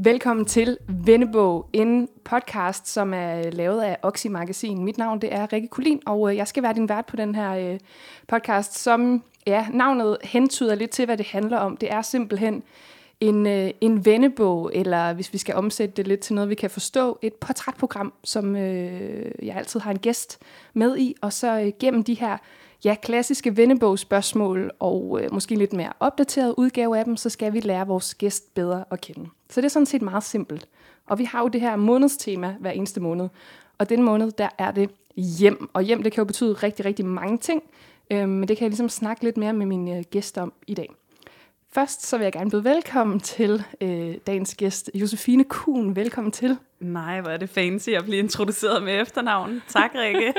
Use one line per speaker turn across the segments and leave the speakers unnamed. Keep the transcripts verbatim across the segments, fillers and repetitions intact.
Velkommen til Vennebog, en podcast, som er lavet af Oxy Magasin. Mit navn det er Rikke Kulin, og jeg skal være din vært på den her podcast, som ja, navnet hentyder lidt til, hvad det handler om. Det er simpelthen en, en vennebog, eller hvis vi skal omsætte det lidt til noget, vi kan forstå, et portrætprogram, som øh, jeg altid har en gæst med i, og så øh, gennem de her ja, klassiske vennebogsspørgsmål og øh, måske lidt mere opdateret udgave af dem, så skal vi lære vores gæst bedre at kende. Så det er sådan set meget simpelt. Og vi har jo det her månedstema hver eneste måned. Og den måned, der er det hjem. Og hjem, det kan jo betyde rigtig, rigtig mange ting. Øh, men det kan jeg ligesom snakke lidt mere med min øh, gæst om i dag. Først så vil jeg gerne byde velkommen til øh, dagens gæst, Josefine Kuhn. Velkommen til.
Nej, hvor er det fancy at blive introduceret med efternavn. Tak, Rikke.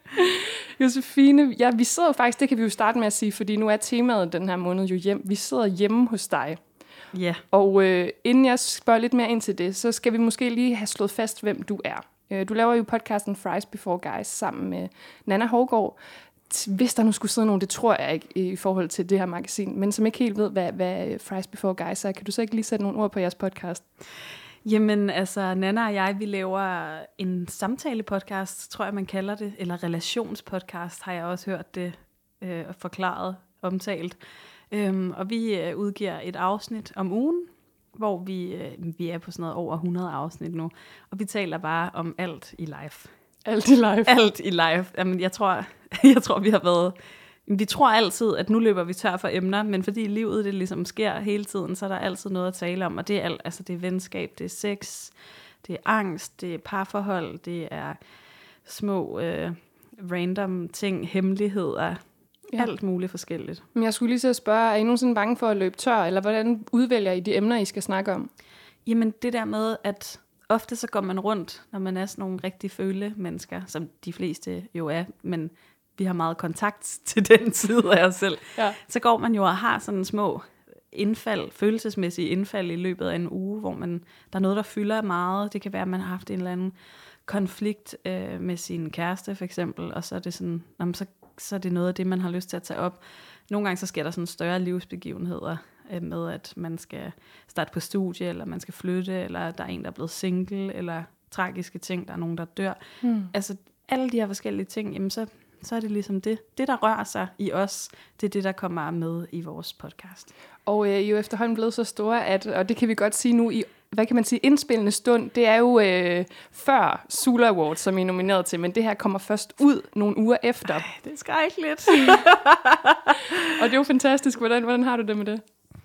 Josefine, ja, vi sidder faktisk, det kan vi jo starte med at sige, fordi nu er temaet den her måned jo hjem. Vi sidder hjemme hos dig.
Ja. Yeah.
Og øh, inden jeg spørger lidt mere ind til det, så skal vi måske lige have slået fast, hvem du er. Øh, du laver jo podcasten Fries Before Guys sammen med Nanna Hovgaard. Hvis der nu skulle sidde nogen, det tror jeg ikke i forhold til det her magasin, men som ikke helt ved, hvad, hvad Fries Before Guys er, kan du så ikke lige sætte nogle ord på jeres podcast?
Jamen, altså, Nanna og jeg, vi laver en samtale-podcast, tror jeg, man kalder det, eller relationspodcast, har jeg også hørt det øh, forklaret, omtalt. Øhm, og vi øh, udgiver et afsnit om ugen, hvor vi, øh, vi er på sådan noget over hundrede afsnit nu, og vi taler bare om alt i live.
Alt i live.
Alt i live. Jamen, jeg tror, jeg tror, vi har været... Vi tror altid, at nu løber vi tør for emner, men fordi livet det ligesom sker hele tiden, så er der altid noget at tale om, og det er alt. Altså, det er venskab, det er sex, det er angst, det er parforhold, det er små øh, random ting, hemmeligheder, ja. Alt muligt forskelligt.
Men jeg skulle lige så spørge, er I nogensinde bange for at løbe tør, eller hvordan udvælger I de emner, I skal snakke om?
Jamen, det der med, at ofte så går man rundt, når man er sådan nogle rigtig føle mennesker, som de fleste jo er, men vi har meget kontakt til den side af os selv. Ja. Så går man jo og har sådan små indfald, følelsesmæssige indfald i løbet af en uge, hvor man, der er noget, der fylder meget. Det kan være, at man har haft en eller anden konflikt øh, med sin kæreste, for eksempel, og så er det sådan, jamen, så, så er det noget af det, man har lyst til at tage op. Nogle gange så sker der sådan større livsbegivenheder øh, med, at man skal starte på studie, eller man skal flytte, eller der er en, der er blevet single, eller tragiske ting, der er nogen, der dør. Hmm. Altså alle de her forskellige ting, jamen så så er det ligesom det. Det, der rører sig i os, det er det, der kommer med i vores podcast.
Og øh, I er jo efterhånden blevet så store, at, og det kan vi godt sige nu i, hvad kan man sige, indspillende stund, det er jo øh, før Sula Awards, som I er nomineret til, men det her kommer først ud nogle uger efter.
Ej, det er skrækkeligt.
Og det er jo fantastisk. Hvordan, hvordan har du det med det?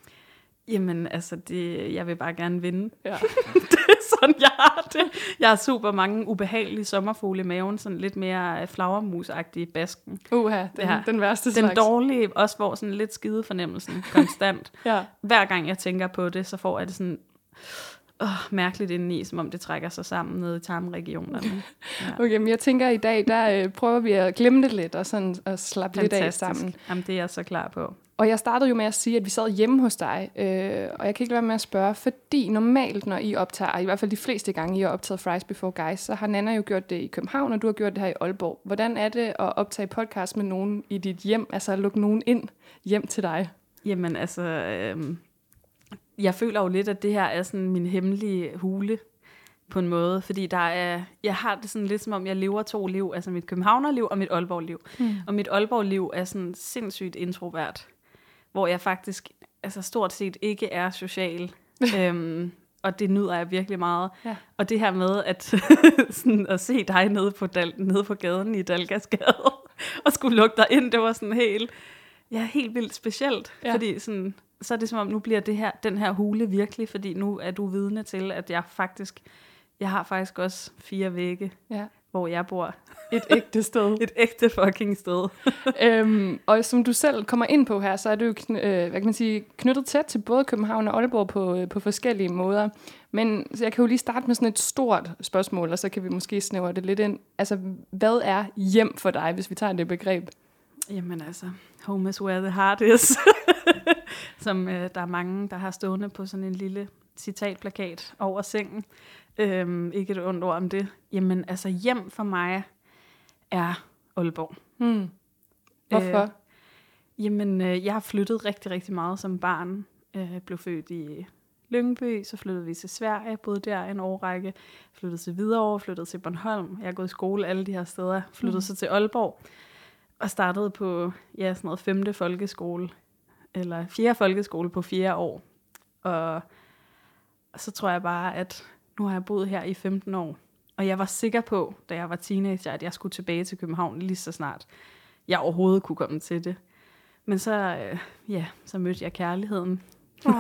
Jamen, altså, det, jeg vil bare gerne vinde.
Ja.
Det er sådan, jeg har det. Jeg har super mange ubehagelige sommerfugle i maven, sådan lidt mere flagermus-agtig i basken.
Uha, den, den værste slags.
Den dårlige, også hvor sådan lidt skide fornemmelsen konstant.
Ja.
Hver gang jeg tænker på det, så får jeg det sådan åh, mærkeligt indeni, som om det trækker sig sammen nede i tarmregionerne. Ja.
Okay, men jeg tænker i dag, der øh, prøver vi at glemme det lidt, og sådan at slappe
Fantastisk.
lidt af sammen.
Jamen, det er jeg så klar på.
Og jeg startede jo med at sige, at vi sad hjemme hos dig, øh, og jeg kan ikke lade være med at spørge, fordi normalt, når I optager, i hvert fald de fleste gange, I har optaget Fries Before Guys, så har Nanna jo gjort det i København, og du har gjort det her i Aalborg. Hvordan er det at optage podcast med nogen i dit hjem, altså at lukke nogen ind hjem til dig?
Jamen altså, øh, jeg føler jo lidt, at det her er sådan min hemmelige hule på en måde, fordi der er, jeg har det sådan lidt som om, jeg lever to liv, altså mit københavnerliv og mit Aalborg-liv. Mm. Og mit Aalborg-liv er sådan sindssygt introvert, hvor jeg faktisk altså stort set ikke er social, øhm, og det nyder jeg virkelig meget. Ja. Og det her med at, sådan, at se dig nede på, Dal- nede på gaden i Dalgasgade, og skulle lukke dig ind, det var sådan helt, ja, helt vildt specielt, ja. Fordi sådan, så er det som om, nu bliver det her, den her hule virkelig, fordi nu er du vidne til, at jeg faktisk, jeg har faktisk også fire vægge, ja. Hvor jeg bor.
Et ægte sted.
Et ægte fucking sted.
øhm, og som du selv kommer ind på her, så er du jo kn- øh, hvad kan man sige, knyttet tæt til både København og Aalborg på, øh, på forskellige måder. Men så jeg kan jo lige starte med sådan et stort spørgsmål, og så kan vi måske snævre det lidt ind. Altså, hvad er hjem for dig, hvis vi tager det begreb?
Jamen altså, home is where the heart is. Som øh, der er mange, der har stående på sådan en lille citatplakat over sengen. Øhm, ikke et ondt ord om det. Jamen altså, hjem for mig er Aalborg.
Hmm. Hvorfor?
Øh, jamen, øh, jeg har flyttet rigtig, rigtig meget som barn. Jeg øh, blev født i Lyngby, så flyttede vi til Sverige, boede der en årrække, flyttede til Hvidovre, flyttede til Bornholm. Jeg har gået i skole alle de her steder, flyttede mm. så til Aalborg og startede på ja, sådan noget femte folkeskole, eller fjerde folkeskole på fjerde år. Og, og så tror jeg bare, at nu har jeg boet her i femten år, og jeg var sikker på, da jeg var teenager, at jeg skulle tilbage til København lige så snart jeg overhovedet kunne komme til det. Men så, øh, ja, så mødte jeg kærligheden. Oh.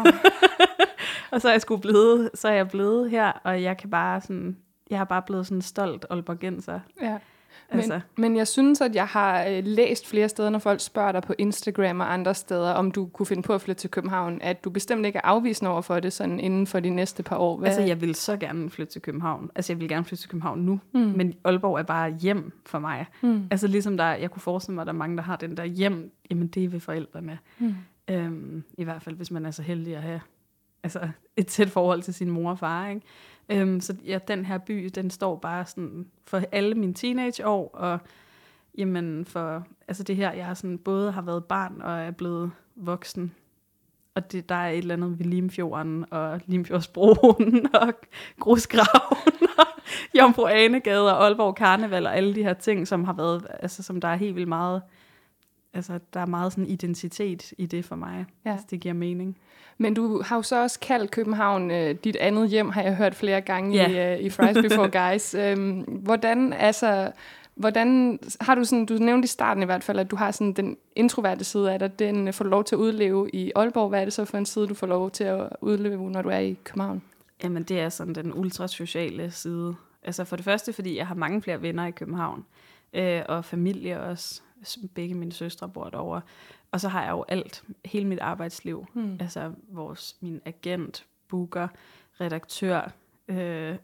Og så er jeg sgu blevet, så er jeg blevet her, og jeg kan bare sådan, jeg har bare blevet sådan stolt aalborgenser.
Ja.
Altså.
Men, men jeg synes, at jeg har øh, læst flere steder, når folk spørger dig på Instagram og andre steder, om du kunne finde på at flytte til København, at du bestemt ikke er afvisende over for det sådan inden for de næste par år. Hvad?
Altså, jeg vil så gerne flytte til København. Altså, jeg vil gerne flytte til København nu, mm. men Aalborg er bare hjem for mig. Mm. Altså, ligesom der, jeg kunne forestille mig, at der er mange, der har den der hjem, jamen det er ved forældrene. Mm. Øhm, I hvert fald, hvis man er så heldig at have altså, et tæt forhold til sin mor og far, ikke? Øhm, så ja, den her by, den står bare sådan for alle mine teenageår, og jamen for, altså det her, jeg har sådan både har været barn og er blevet voksen, og det, der er et eller andet ved Limfjorden, og Limfjordsbroen, og Grusgraven, og Jomfru Anegade, og Aalborg Karneval, og alle de her ting, som har været, altså som der er helt vildt meget, altså der er meget sådan identitet i det for mig, ja. Altså, det giver mening.
Men du har jo så også kaldt København øh, dit andet hjem, har jeg hørt flere gange yeah. i, øh, i Fries Before Guys. Øhm, hvordan, altså, hvordan har du sådan, du nævnte i starten i hvert fald, at du har sådan den introverte side af dig, den får du lov til at udleve i Aalborg. Hvad er det så for en side, du får lov til at udleve, når du er i København?
Jamen, det er sådan den ultrasociale side. Altså for det første, fordi jeg har mange flere venner i København, øh, og familie også. Begge mine søstre bor derovre. Og så har jeg jo alt, hele mit arbejdsliv. Hmm. Altså vores, min agent, booker, redaktør, øh,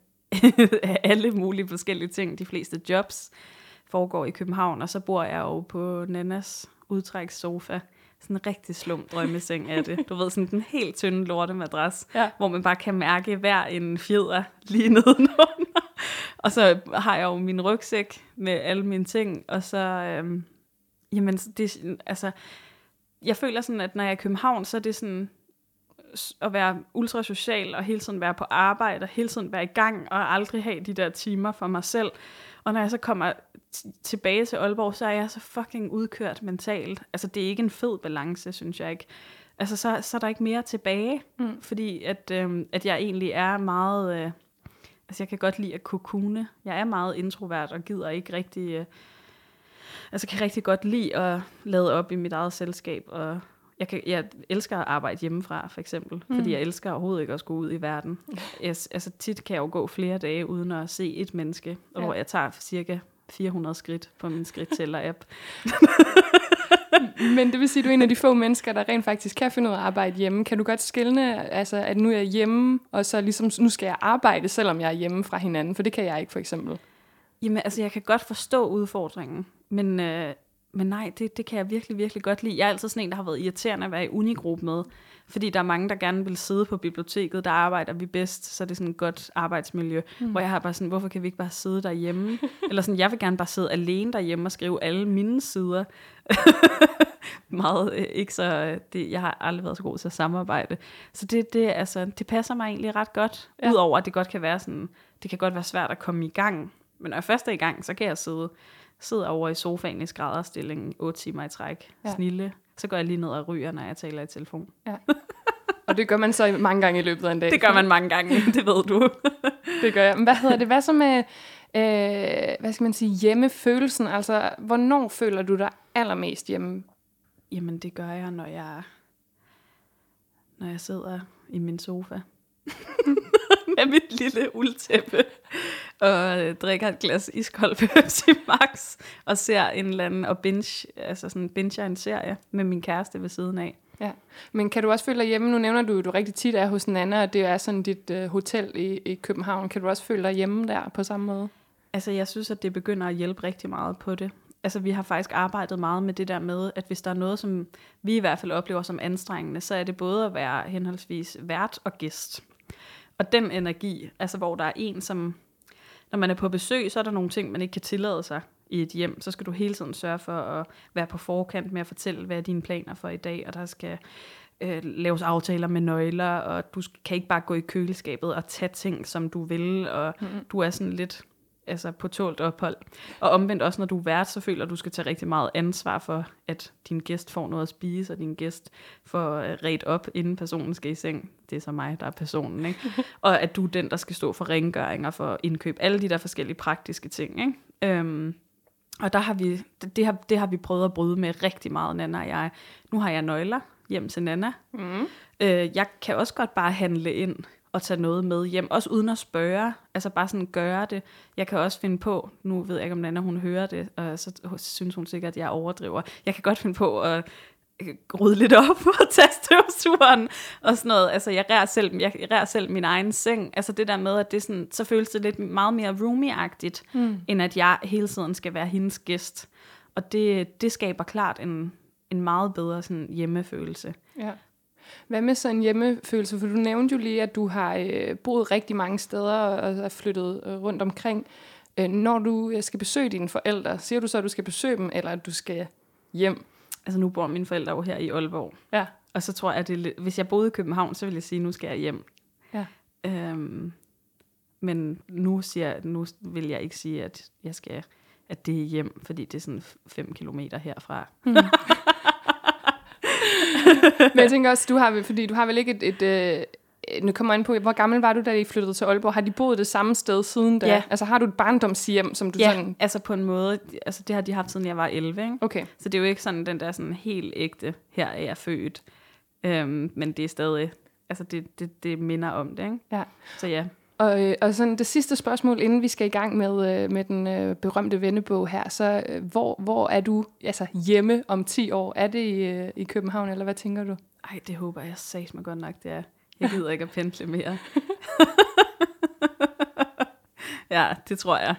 alle mulige forskellige ting. De fleste jobs foregår i København. Og så bor jeg jo på Nannas udtrækssofa. Sådan en rigtig slum drømmeseng er det. Du ved, sådan den helt tynde lortemadras, ja. Hvor man bare kan mærke hver en fjeder lige nedenunder. Og så har jeg jo min rygsæk med alle mine ting, og så... Øhm, Jamen, det, altså, jeg føler sådan, at når jeg er i København, så er det sådan at være ultrasocial og hele tiden være på arbejde og hele tiden være i gang og aldrig have de der timer for mig selv. Og når jeg så kommer t- tilbage til Aalborg, så er jeg så fucking udkørt mentalt. Altså, det er ikke en fed balance, synes jeg ikke. Altså, så, så er der ikke mere tilbage, mm. fordi at, øhm, at jeg egentlig er meget... Øh, altså, jeg kan godt lide at kokune. Jeg er meget introvert og gider ikke rigtig... Øh, Altså, jeg kan rigtig godt lide at lade op i mit eget selskab, og jeg, kan, jeg elsker at arbejde hjemmefra, for eksempel, mm. fordi jeg elsker overhovedet ikke at gå ud i verden. Jeg, altså, tit kan jeg jo gå flere dage uden at se et menneske, og ja. Hvor jeg tager cirka fire hundrede skridt på min skridttæller-app.
Men det vil sige, at du er en af de få mennesker, der rent faktisk kan finde ud af at arbejde hjemme. Kan du godt skelne, altså, at nu er jeg hjemme, og så ligesom, nu skal jeg arbejde, selvom jeg er hjemme fra hinanden, for det kan jeg ikke, for eksempel.
Jamen, altså, jeg kan godt forstå udfordringen, men, øh, men nej, det, det kan jeg virkelig, virkelig godt lide. Jeg er altid sådan en, der har været irriterende at være i unigruppe med, fordi der er mange, der gerne vil sidde på biblioteket, der arbejder vi bedst, så det er sådan et godt arbejdsmiljø, mm. hvor jeg har bare sådan, hvorfor kan vi ikke bare sidde derhjemme? Eller sådan, jeg vil gerne bare sidde alene derhjemme og skrive alle mine sider. Meget, øh, ikke så, øh, det, jeg har aldrig været så god til at samarbejde. Så det, det, altså, det passer mig egentlig ret godt, ja. Udover at det godt kan være sådan, det kan godt være svært at komme i gang. Men når jeg først er i gang, så kan jeg sidde, sidde over i sofaen i skrædderstilling otte timer i træk, ja. Snille. Så går jeg lige ned og ryger, når jeg taler i telefon. Ja.
Og det gør man så mange gange i løbet af en dag?
Det gør man mange gange, det ved du.
Det gør jeg. Men hvad hedder det? Hvad så med, øh, hvad skal man sige, hjemmefølelsen? Altså, hvornår føler du dig allermest hjemme?
Jamen, det gør jeg, når jeg, når jeg sidder i min sofa. Med mit lille uldtæppe. Og drikker et glas iskold Pepsi Max, og ser en eller anden, og binge, altså sådan binger en serie med min kæreste ved siden af.
Ja, men kan du også føle dig hjemme? Nu nævner du, at du rigtig tit er hos Nanna, og det er sådan dit uh, hotel i, i København. Kan du også føle dig hjemme der på samme måde?
Altså, jeg synes, at det begynder at hjælpe rigtig meget på det. Altså, vi har faktisk arbejdet meget med det der med, at hvis der er noget, som vi i hvert fald oplever som anstrengende, så er det både at være henholdsvis vært og gæst. Og den energi, altså hvor der er en, som... Når man er på besøg, så er der nogle ting, man ikke kan tillade sig i et hjem. Så skal du hele tiden sørge for at være på forkant med at fortælle, hvad er dine planer for i dag. Og der skal øh, laves aftaler med nøgler, og du kan ikke bare gå i køleskabet og tage ting, som du vil, og mm-hmm. du er sådan lidt altså på tålt ophold. Og omvendt også, når du er vært, så føler du, skal tage rigtig meget ansvar for, at din gæst får noget at spise, og din gæst får redt op, inden personen skal i seng. Det er så mig, der er personen, ikke? Og at du er den, der skal stå for rengøring og for indkøb. Alle de der forskellige praktiske ting, ikke? Øhm, og der har vi, det, har, det har vi prøvet at bryde med rigtig meget, Nana og jeg. Nu har jeg nøgler hjem til Nana. Mm. Øh, jeg kan også godt bare handle ind og tage noget med hjem, også uden at spørge, altså bare sådan gøre det. Jeg kan også finde på, nu ved jeg ikke, om Nana hun hører det, og så synes hun sikkert, at jeg overdriver. Jeg kan godt finde på at rydde lidt op på tastøvsugeren og sådan noget. Altså jeg rær selv, jeg rær selv min egen seng. Altså det der med, at det sådan, så føles det lidt meget mere roomie-agtigt, mm. end at jeg hele tiden skal være hendes gæst. Og det, det skaber klart en, en meget bedre sådan hjemmefølelse. Ja.
Hvad med sådan en hjemmefølelse? For du nævnte jo lige, at du har øh, boet rigtig mange steder og er flyttet øh, rundt omkring. Øh, når du skal besøge dine forældre, siger du så, at du skal besøge dem, eller at du skal hjem?
Altså nu bor mine forældre jo her i Aalborg. Ja. Og så tror jeg, at det, hvis jeg boede i København, så ville jeg sige, at nu skal jeg hjem. Ja. Øhm, men nu, siger, nu vil jeg ikke sige, at jeg skal, at det er hjem, fordi det er sådan fem kilometer herfra. Hmm.
Men jeg tænker også, du har, fordi du har vel ikke et, et, et nu kommer jeg ind på, hvor gammel var du, da I flyttede til Aalborg? Har de boet det samme sted siden da?
Ja.
Altså har du et barndomshjem, som du
ja,
sådan...
altså på en måde, altså det har de haft siden jeg var elleve, ikke?
Okay.
Så det er jo ikke sådan den der sådan helt ægte, her er jeg født. Øhm, men det er stadig, altså det, det, det minder om det, ikke?
Ja.
Så ja.
Og, øh, og sådan det sidste spørgsmål, inden vi skal i gang med, øh, med den øh, berømte vennebog her, så øh, hvor, hvor er du altså hjemme om ti år? Er det i, øh, i København, eller hvad tænker du?
Ej, det håber jeg sagt mig godt nok, det er. Jeg gider ikke at pendle mere. Ja, det tror jeg.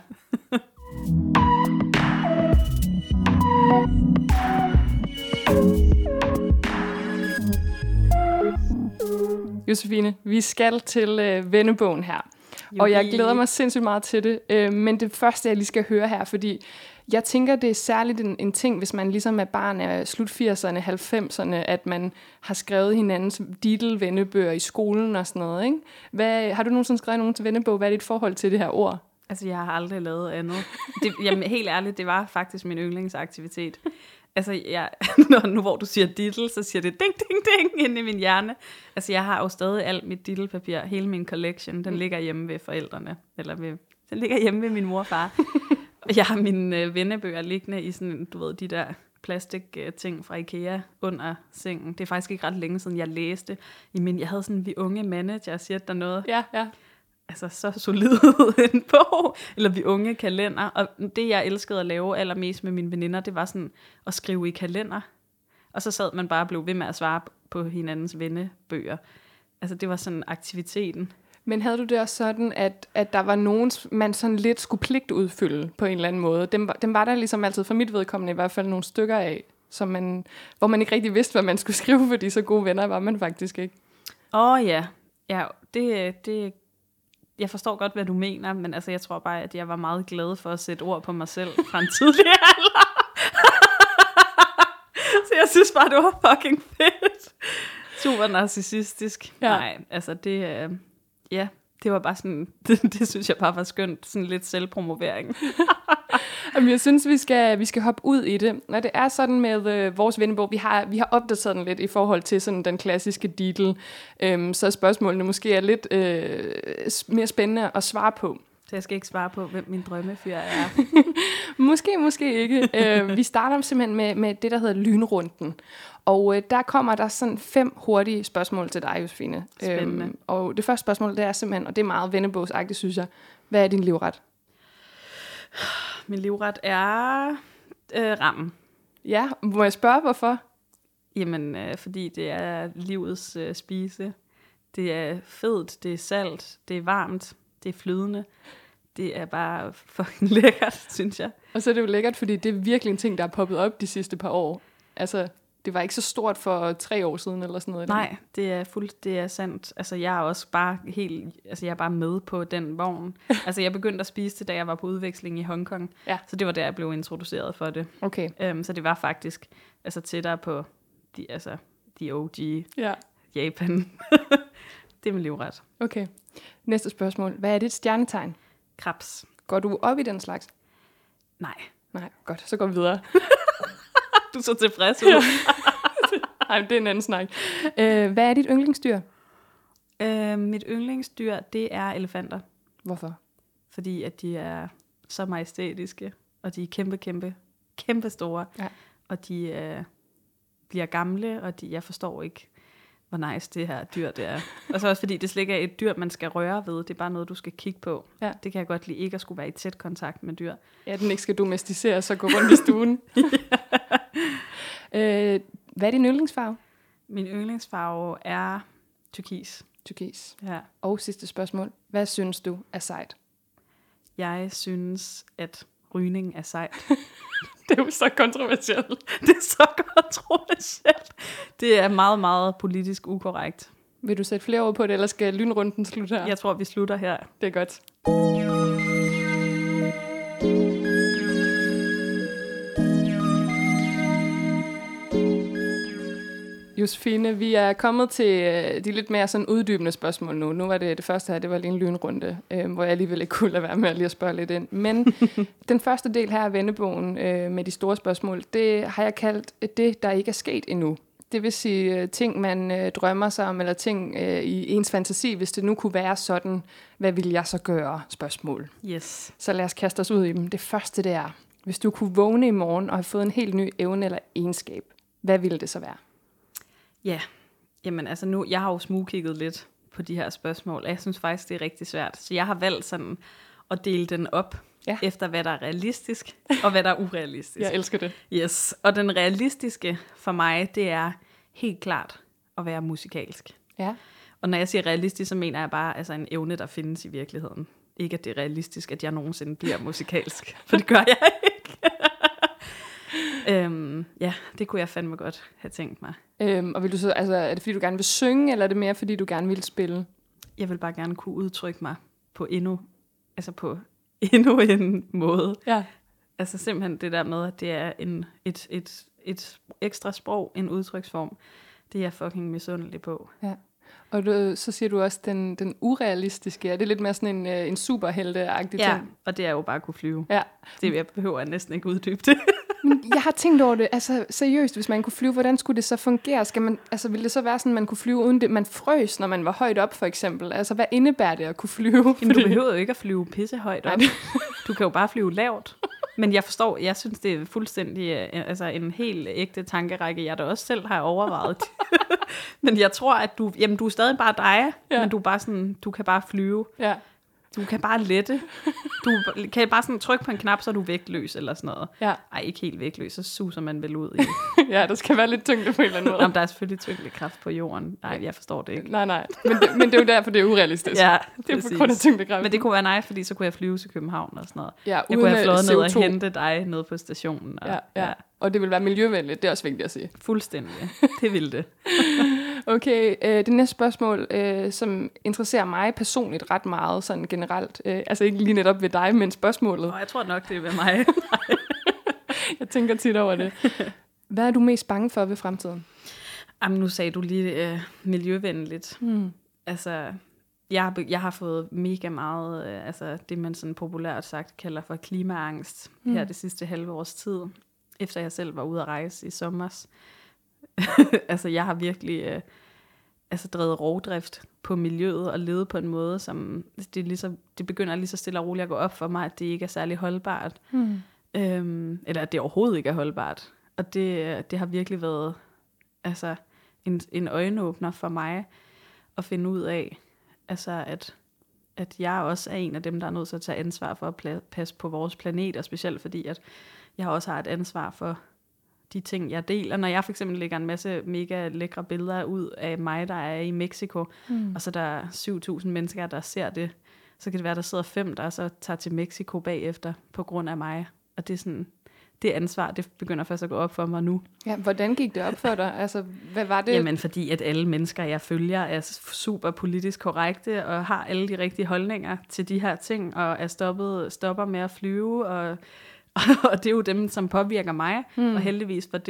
Josefine, vi skal til øh, vennebogen her. Jo, og jeg glæder mig sindssygt meget til det. Øh, men det første, jeg lige skal høre her, fordi jeg tænker, det er særligt en, en ting, hvis man ligesom er barn af slut firserne, halvfemserne, at man har skrevet hinandens Diddle-vennebøger i skolen og sådan noget, ikke? Hvad, har du nogensinde skrevet nogen til vennebog? Hvad er dit forhold til det her ord?
Altså, jeg har aldrig lavet andet. Det, jamen, helt ærligt, det var faktisk min yndlingsaktivitet. Altså, jeg, når, nu hvor du siger diddle, så siger det ding, ding, ding ind i min hjerne. Altså, jeg har jo stadig alt mit diddlepapir, hele min collection, den ligger hjemme ved forældrene. Eller ved, den ligger hjemme ved min mor og far. Og jeg har mine øh, vennebøger liggende i sådan, du ved, de der plastik øh, ting fra IKEA under sengen. Det er faktisk ikke ret længe siden, jeg læste. I min, jeg havde sådan, vi unge manager, siger der noget.
Ja, ja.
Altså så solid en bog, eller vi unge kalender. Og det, jeg elskede at lave allermest med mine veninder, det var sådan at skrive i kalender. Og så sad man bare og blev ved med at svare på hinandens vennebøger. Altså det var sådan aktiviteten.
Men havde du det også sådan, at, at der var nogen, man sådan lidt skulle pligtudfylde på en eller anden måde? Dem, dem var der ligesom altid, for mit vedkommende i hvert fald, nogle stykker af, som man, hvor man ikke rigtig vidste, hvad man skulle skrive, fordi så gode venner var man faktisk ikke.
Åh oh, ja, ja det, det, jeg forstår godt, hvad du mener, men altså, jeg tror bare, at jeg var meget glad for at sætte ord på mig selv fra en tidlig alder. Så jeg synes bare, det var fucking fedt. Super narcissistisk. Ja. Nej, altså det... Øh, Ja, det var bare sådan, det, det synes jeg bare var skønt, sådan lidt selvpromovering.
Jamen, jeg synes, vi skal, vi skal hoppe ud i det. Når det er sådan med øh, vores vennebog, vi har, vi har opdateret den lidt i forhold til sådan den klassiske diddle, øhm, så spørgsmålene måske er lidt øh, mere spændende at svare på.
Så jeg skal ikke svare på, hvem min drømmefyr er.
måske, måske ikke. øh, vi starter simpelthen med, med det, der hedder lynrunden. Og øh, der kommer der sådan fem hurtige spørgsmål til dig, Josefine.
Spændende.
Øhm, og det første spørgsmål, det er simpelthen, og det er meget vennebogsagtigt, synes jeg. Hvad er din livret?
Min livret er øh, rammen.
Ja, må jeg spørge, hvorfor?
Jamen, øh, fordi det er livets øh, spise. Det er fedt, det er salt, det er varmt, det er flydende. Det er bare fucking lækkert, synes jeg.
Og så er det jo lækkert, fordi det er virkelig en ting, der er poppet op de sidste par år. Altså, det var ikke så stort for tre år siden eller sådan noget.
Nej, det er fuldt, det er sandt. Altså, jeg er også bare helt, altså jeg er bare med på den vogn. Altså, jeg begyndte at spise det, da jeg var på udveksling i Hongkong. Ja. Så det var der, jeg blev introduceret for det.
Okay.
Um, så det var faktisk altså tættere på de, altså, the O G,
ja.
Japan. Det er min livret.
Okay. Næste spørgsmål. Hvad er dit stjernetegn?
Krebs.
Går du op i den slags?
Nej.
Nej, godt. Så går vi videre.
Du er så tilfreds ud.
Nej, det er en anden snak. Øh, hvad er dit yndlingsdyr?
Øh, mit yndlingsdyr, det er elefanter.
Hvorfor?
Fordi at de er så majestætiske, og de er kæmpe, kæmpe, kæmpe store.
Ja.
Og de øh, bliver gamle, og de, jeg forstår ikke, hvor nice det her dyr det er. Og så også fordi det slet ikke er et dyr, man skal røre ved. Det er bare noget, du skal kigge på.
Ja.
Det kan jeg godt lide, ikke at skulle være i tæt kontakt med dyr.
Ja, den ikke skal domesticeres, så gå rundt i stuen. øh, hvad er din yndlingsfarve?
Min yndlingsfarve er turkis.
Turkis.
Ja.
Og sidste spørgsmål. Hvad synes du er sejt?
Jeg synes, at rygning er sejt.
Det er jo så kontroversielt.
Det er så kontroversielt. Det er meget, meget politisk ukorrekt.
Vil du sætte flere ord på det, eller skal lynrunden slutte her?
Jeg tror, vi slutter her.
Det er godt. Josefine, vi er kommet til de lidt mere sådan uddybende spørgsmål nu. Nu var det det første her, det var lige en lynrunde, øh, hvor jeg alligevel ikke kunne lade være med at lige at spørge lidt ind. Men den første del her af vennebogen øh, med de store spørgsmål, det har jeg kaldt det, der ikke er sket endnu. Det vil sige ting, man øh, drømmer sig om, eller ting øh, i ens fantasi, hvis det nu kunne være sådan, hvad vil jeg så gøre? Spørgsmål.
Yes.
Så lad os kaste os ud i dem. Det første, det er, hvis du kunne vågne i morgen og have fået en helt ny evne eller egenskab, hvad ville det så være?
Ja, jamen altså nu, jeg har jo smugkigget lidt på de her spørgsmål, og jeg synes faktisk, det er rigtig svært. Så jeg har valgt sådan at dele den op, ja. Efter hvad der er realistisk, og hvad der er urealistisk.
Jeg elsker det.
Yes, og den realistiske for mig, det er helt klart at være musikalsk.
Ja. Og
når jeg siger realistisk, så mener jeg bare altså en evne, der findes i virkeligheden. Ikke at det er realistisk, at jeg nogensinde bliver musikalsk, for det gør jeg ikke. øhm, ja, det kunne jeg fandme godt have tænkt mig.
Øhm, og vil du så, altså, er det fordi, du gerne vil synge, eller er det mere, fordi du gerne vil spille?
Jeg vil bare gerne kunne udtrykke mig på endnu, altså på endnu en måde.
Ja.
Altså simpelthen det der med, at det er en, et, et, et ekstra sprog, en udtryksform, det er jeg fucking misundelig på.
Ja. Og du, så siger du også den, den urealistiske, er det lidt mere sådan en, en superhelte-agtig
ja,
ting?
Og det er jo bare at kunne flyve.
Ja.
Det jeg behøver jeg næsten ikke uddybe det.
Jeg har tænkt over det, altså seriøst, hvis man kunne flyve, hvordan skulle det så fungere? Skal man, altså ville det så være sådan, man kunne flyve uden det, man frøs, når man var højt op for eksempel? Altså hvad indebærer det at kunne flyve?
Jamen,
fordi...
du behøver jo ikke at flyve pissehøjt op. Du kan jo bare flyve lavt. Men jeg forstår, jeg synes, det er fuldstændig altså en helt ægte tankerække, jeg da også selv har overvejet. Men jeg tror, at du, jamen, du er stadig bare dig, ja. Men du er bare sådan, du kan bare flyve.
Ja.
Du kan bare lette. Du kan bare sådan trykke på en knap, så er du vægtløs eller sådan noget.
Ja.
Ej, ikke helt vægtløs, så suser man vel ud i.
Ja, der skal være lidt tyngde på en eller anden måde.
Jamen, der er selvfølgelig tyngdekraft på jorden. Nej, jeg forstår det ikke.
Nej, nej. Men det, men det er jo derfor, det er urealistisk.
Ja,
det er på grund af tyngdekraft.
Men det kunne være nice, fordi så kunne jeg flyve til København og sådan noget.
Ja,
jeg kunne have flået ned og hente dig nede på stationen. Og,
ja, ja. ja, og det vil være miljøvenligt. Det er også vigtigt at sige.
Fuldstændig. Det ville det.
Okay, øh, det næste spørgsmål, øh, som interesserer mig personligt ret meget, sådan generelt. Øh, altså ikke lige netop ved dig, men spørgsmålet.
Oh, jeg tror nok, det er ved mig.
Jeg tænker tit over det. Hvad er du mest bange for ved fremtiden?
Jamen, nu sagde du lige øh, miljøvenligt.
Hmm.
Altså, jeg har, jeg har fået mega meget, øh, altså det man sådan populært sagt kalder for klimaangst, hmm. her det sidste halve års tid, efter jeg selv var ude at rejse i sommers. Altså, jeg har virkelig øh, altså, drevet rovdrift på miljøet og levet på en måde, som det, ligesom, det begynder lige så stille og roligt at gå op for mig, at det ikke er særlig holdbart. Hmm. Øhm, eller at det overhovedet ikke er holdbart. Og det, det har virkelig været altså, en, en øjenåbner for mig at finde ud af, altså, at, at jeg også er en af dem, der er nødt til at tage ansvar for at pla- passe på vores planet, og specielt fordi, at jeg også har et ansvar for de ting, jeg deler. Når jeg for eksempel lægger en masse mega lækre billeder ud af mig, der er i Mexico, mm. og så der er syv tusind mennesker, der ser det, så kan det være, der sidder fem, der så tager til Mexico bagefter på grund af mig. Og det er sådan, det ansvar, det begynder først at gå op for mig nu.
Ja, hvordan gik det op for dig? Altså, hvad var det?
Jamen, fordi at alle mennesker, jeg følger, er super politisk korrekte, og har alle de rigtige holdninger til de her ting, og er stoppet, stopper med at flyve, og og det er jo dem, som påvirker mig, mm. og heldigvis for det.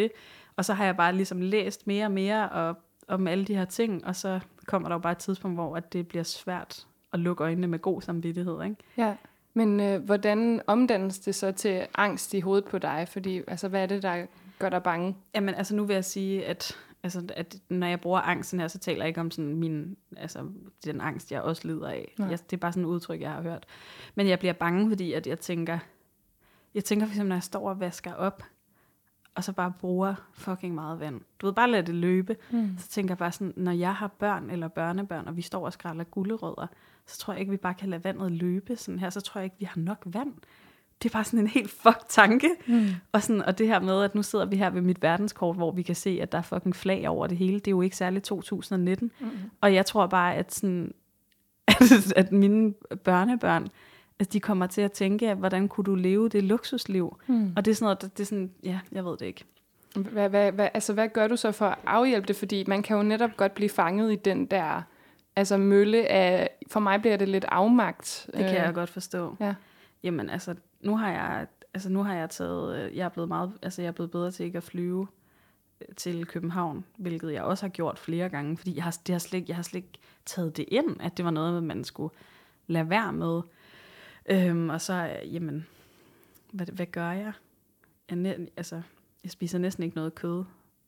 Og så har jeg bare ligesom læst mere og mere og, om alle de her ting, og så kommer der jo bare et tidspunkt, hvor at det bliver svært at lukke øjnene med god samvittighed, ikke?
Ja, men øh, hvordan omdannes det så til angst i hovedet på dig? Fordi, altså, hvad er det, der gør dig bange?
Jamen, altså nu vil jeg sige, at, altså, at når jeg bruger angsten her, så taler jeg ikke om sådan min, altså, den angst, jeg også lider af. Jeg, det er bare sådan et udtryk, jeg har hørt. Men jeg bliver bange, fordi at jeg tænker, jeg tænker for eksempel, når jeg står og vasker op, og så bare bruger fucking meget vand. Du ved, bare lade det løbe. Mm. Så tænker jeg bare sådan, når jeg har børn eller børnebørn, og vi står og skræller gulerødder, så tror jeg ikke, vi bare kan lade vandet løbe sådan her. Så tror jeg ikke, vi har nok vand. Det er bare sådan en helt fuck tanke. Mm. Og, sådan, og det her med, at nu sidder vi her ved mit verdenskort, hvor vi kan se, at der er fucking flag over det hele. Det er jo ikke særligt to tusind nitten. Mm. Og jeg tror bare, at, sådan, at, at mine børnebørn, at de kommer til at tænke, hvordan kunne du leve det luksusliv? Mm. Og det er sådan noget, det er sådan, ja, jeg ved det ikke.
Hvad, hvad, hvad, altså, hvad gør du så for at afhjælpe det? Fordi man kan jo netop godt blive fanget i den der altså, mølle af, for mig bliver det lidt afmagt.
Det kan jeg godt forstå.
Ja.
Jamen altså, nu har jeg, altså nu har jeg taget, jeg er blevet meget, altså jeg er blevet bedre til ikke at flyve til København, hvilket jeg også har gjort flere gange, fordi jeg har, det har slet, jeg har slet ikke taget det ind, at det var noget, man skulle lade være med. Øhm, og så, jamen, hvad, hvad gør jeg? jeg? Altså, jeg spiser næsten ikke noget kød.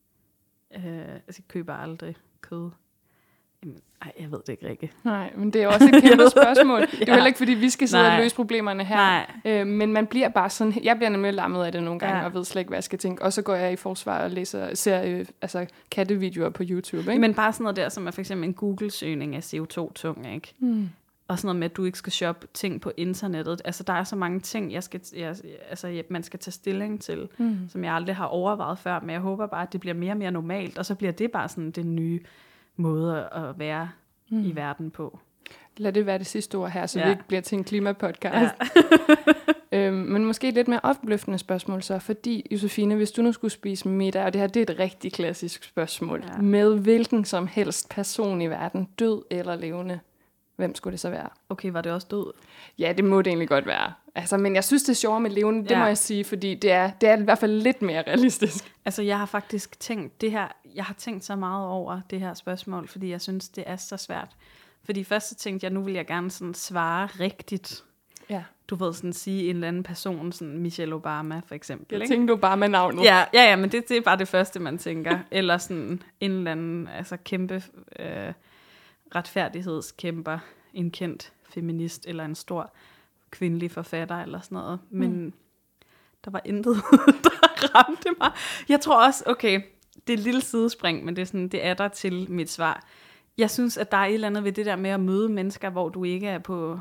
Øh, altså, jeg køber aldrig kød. Jamen, ej, jeg ved det ikke, Rikke.
Nej, men det er også et kæmpe spørgsmål. Det er
ja.
jo heller ikke, fordi vi skal sidde
Nej.
og løse problemerne her.
Nej.
Øh, men man bliver bare sådan, jeg bliver nemlig lammet af det nogle gange,
ja.
og ved slet ikke, hvad jeg skal tænke. Og så går jeg i forsvar og læser, ser øh, altså, kattevideoer på YouTube. Ikke?
Men bare sådan noget der, som er for eksempel en Google-søgning af C O to tung, ikke? Mm. Og sådan noget med, at du ikke skal shoppe ting på internettet. Altså, der er så mange ting, jeg skal, jeg, altså, man skal tage stilling til, mm. som jeg aldrig har overvejet før. Men jeg håber bare, at det bliver mere og mere normalt. Og så bliver det bare sådan den nye måde at være mm. i verden på.
Lad det være det sidste ord her, så
ja.
vi ikke bliver til en klimapodcast. Ja. øhm, men måske lidt mere opløftende spørgsmål så, fordi Josefine, hvis du nu skulle spise middag, og det her det er et rigtig klassisk spørgsmål, ja. med hvilken som helst person i verden, død eller levende, hvem skulle det så være?
Okay, var det også død?
Ja, det må det egentlig godt være. Altså, men jeg synes, det er sjovere med levende, det ja. må jeg sige, fordi det er, det er i hvert fald lidt mere realistisk.
Altså, jeg har faktisk tænkt det her, jeg har tænkt så meget over det her spørgsmål, fordi jeg synes, det er så svært. Fordi først så tænkte jeg, nu vil jeg gerne sådan svare rigtigt.
Ja.
Du ved, sådan sige en eller anden person, sådan Michelle Obama for eksempel.
Jeg
ikke?
tænkte Obama-navnet.
Ja, ja, ja, men det, det er bare det første, man tænker. Eller sådan en eller anden altså, kæmpe øh, retfærdighedskæmper, en kendt feminist, eller en stor kvindelig forfatter, eller sådan noget. Men mm. der var intet, der ramte mig. Jeg tror også, okay, det er et lille sidespring, men det er, sådan, det er der til mit svar. Jeg synes, at der er et eller andet ved det der med at møde mennesker, hvor du ikke er på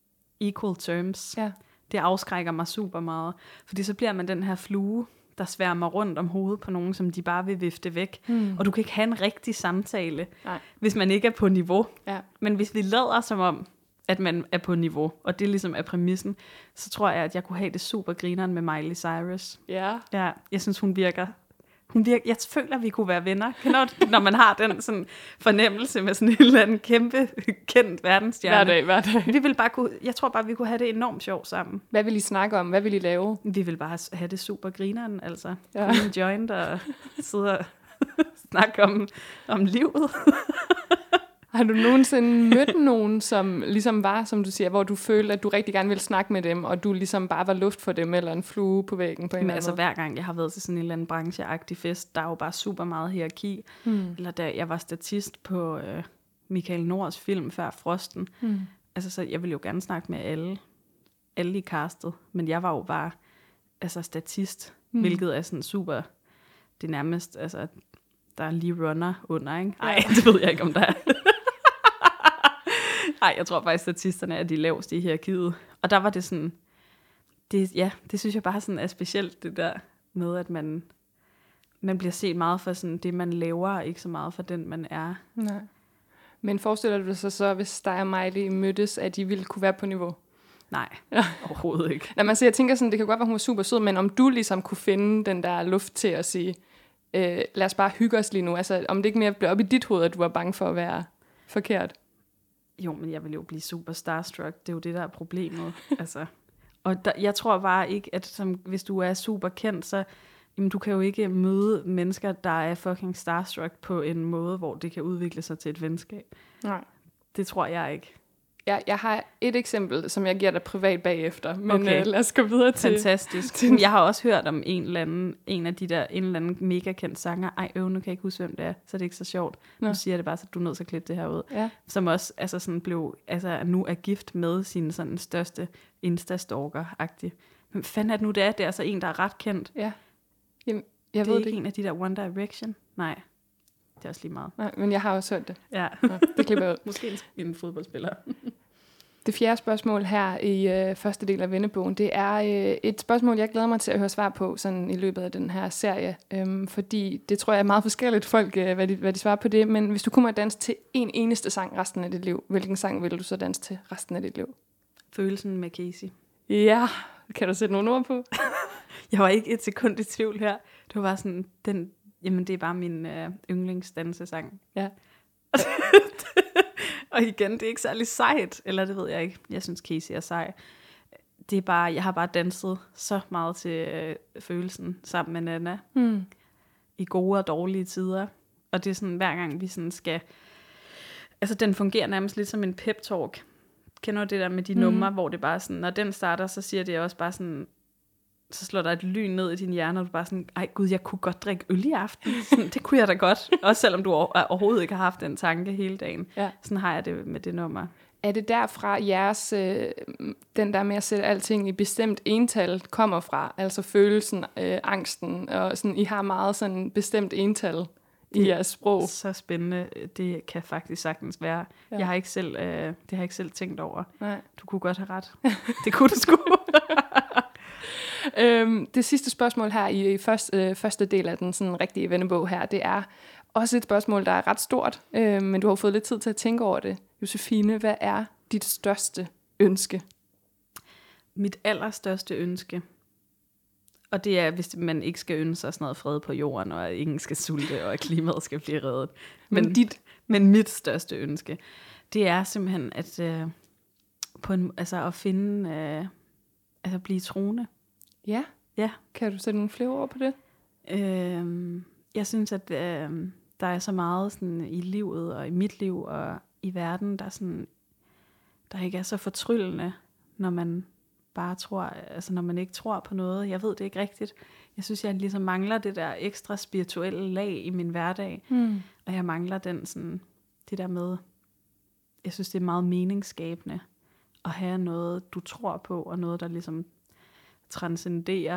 equal terms.
Ja.
Det afskrækker mig super meget. Fordi så bliver man den her flue, der sværmer rundt om hovedet på nogen, som de bare vil vifte væk. Mm. Og du kan ikke have en rigtig samtale, Nej. hvis man ikke er på niveau.
Ja.
Men hvis vi lader som om, at man er på niveau, og det ligesom er præmissen, så tror jeg, at jeg kunne have det super grineren med Miley Cyrus.
Ja.
Ja, jeg synes, hun virker... Hun virker, jeg føler, at vi kunne være venner. Kender, når man har den sådan fornemmelse med sådan en eller anden kæmpe, kendt verdensstjerne.
Hver dag, hver dag.
Vi vil bare kunne, jeg tror bare, vi kunne have det enormt sjovt sammen.
Hvad vil I snakke om? Hvad vil I lave?
Vi vil bare have det super grineren, altså.
Ja.
Kunne joint og sidde og snakke om, om livet.
Har du nogensinde mødt nogen, som ligesom var, som du siger, hvor du følte, at du rigtig gerne ville snakke med dem, og du ligesom bare var luft for dem, eller en flue på væggen på en eller anden
altså
måde?
Hver gang jeg har været til sådan en eller anden brancheagtig fest, der er jo bare super meget hierarki. Mm. Eller da jeg var statist på øh, Michael Nords film Før Frosten. Mm. Altså, så jeg ville jo gerne snakke med alle, alle i castet, men jeg var jo bare altså statist, mm. hvilket er sådan super, det er nærmest, altså, der er lige runner under, ikke? Ej, det ved jeg ikke, om der er. Nej, jeg tror faktisk, at statisterne er de laveste i hierarkiet. Og der var det sådan, det, ja, det synes jeg bare sådan er specielt, det der med, at man, man bliver set meget for sådan det, man laver, og ikke så meget for den, man er.
Nej. Men forestiller du dig så, så hvis dig og Miley mødtes, at de ville kunne være på niveau?
Nej, ja. Overhovedet ikke.
Nej, man siger, jeg tænker sådan, det kan godt være, hun var super sød, men om du ligesom kunne finde den der luft til at sige, øh, lad os bare hygge os lige nu. Altså, om det ikke mere blev op i dit hoved, at du var bange for at være forkert.
Jo, men jeg vil jo blive super starstruck. Det er jo det, der er problemet. altså. Og der, jeg tror bare ikke, at som, hvis du er super kendt, så jamen du kan jo ikke møde mennesker, der er fucking starstruck på en måde, hvor det kan udvikle sig til et venskab.
Nej.
Det tror jeg ikke.
Ja, jeg har et eksempel, som jeg giver dig privat bagefter, men
Okay.
øh, lad os gå videre til...
Fantastisk.
til...
Jeg har også hørt om en eller anden, en af de der, en eller anden mega kendt sanger. Ej, øv, nu kan jeg ikke huske, hvem det er, så det er ikke så sjovt. Nå. Nu siger jeg det bare, så du er nødt til at klippe det her ud.
Ja.
Som også altså sådan blev, altså nu er gift med sin sådan største Insta-stalker-agtig. Hvem fanden er det nu, det er? Det er altså en, der er ret kendt.
Ja. Jamen, jeg
det er
ved
ikke
det
en af de der One Direction. Nej, det er også lige meget.
Nej, men jeg har også hørt det.
Ja.
Nå, det klipper jeg ud.
Måske en, en fodboldspiller.
Det fjerde spørgsmål her i øh, første del af vennebogen, det er øh, et spørgsmål, jeg glæder mig til at høre svar på sådan i løbet af den her serie. Øhm, fordi det tror jeg er meget forskelligt folk, øh, hvad, de, hvad de svarer på det. Men hvis du kommer at danse til en eneste sang resten af dit liv, hvilken sang vil du så danse til resten af dit liv?
Følelsen med Casey.
Ja, kan du sætte nogle ord på?
Jeg var ikke et sekund i tvivl her. Det var bare sådan, den, jamen det er bare min øh, yndlingsdansesang.
Ja.
Og igen, det er ikke særlig sejt, eller det ved jeg ikke. Jeg synes, Casey er sej. Det er bare, jeg har bare danset så meget til øh, følelsen sammen med Nana.
Hmm.
I gode og dårlige tider. Og det er sådan, hver gang vi sådan skal... Altså, den fungerer nærmest lidt som en pep-talk. Kender du det der med de mm. numre, hvor det bare sådan... Når den starter, så siger det også bare sådan... Så slår der et lyn ned i din hjerne, og du bare sådan... Ej gud, jeg kunne godt drikke øl i aften. Sådan, det kunne jeg da godt. Også selvom du overhovedet ikke har haft den tanke hele dagen. Ja. Sådan har jeg det med det nummer.
Er det derfra jeres, øh, den der med at sætte alting i bestemt ental kommer fra? Altså følelsen, øh, angsten, og sådan, I har meget sådan bestemt ental i jeres sprog.
Så spændende. Det kan faktisk sagtens være. Ja. Jeg har ikke selv, øh, det har jeg ikke selv tænkt over.
Nej.
Du kunne godt have ret. Det kunne du sgu.
øhm, det sidste spørgsmål her i, i første, øh, første del af den sådan rigtige vennebog her, det er også et spørgsmål, der er ret stort, øh, men du har fået lidt tid til at tænke over det. Josefine, hvad er dit største ønske?
Mit allerstørste ønske, og det er, hvis man ikke skal ønske sig sådan noget fred på jorden, og at ingen skal sulte, og at klimaet skal blive reddet. Men, men, dit, men mit største ønske, det er simpelthen at, øh, på en, altså at finde, øh, altså at blive troende.
Ja?
Ja.
Kan du sætte nogle flere ord på det?
Øh, jeg synes, at øh, der er så meget sådan, i livet, og i mit liv, og i verden, der, sådan, der ikke er så fortryllende, når man bare tror, altså når man ikke tror på noget. Jeg ved det ikke rigtigt. Jeg synes, jeg ligesom mangler det der ekstra spirituelle lag i min hverdag. Mm. Og jeg mangler den sådan, det der med, jeg synes, det er meget meningsskabende at have noget, du tror på, og noget, der ligesom transcenderer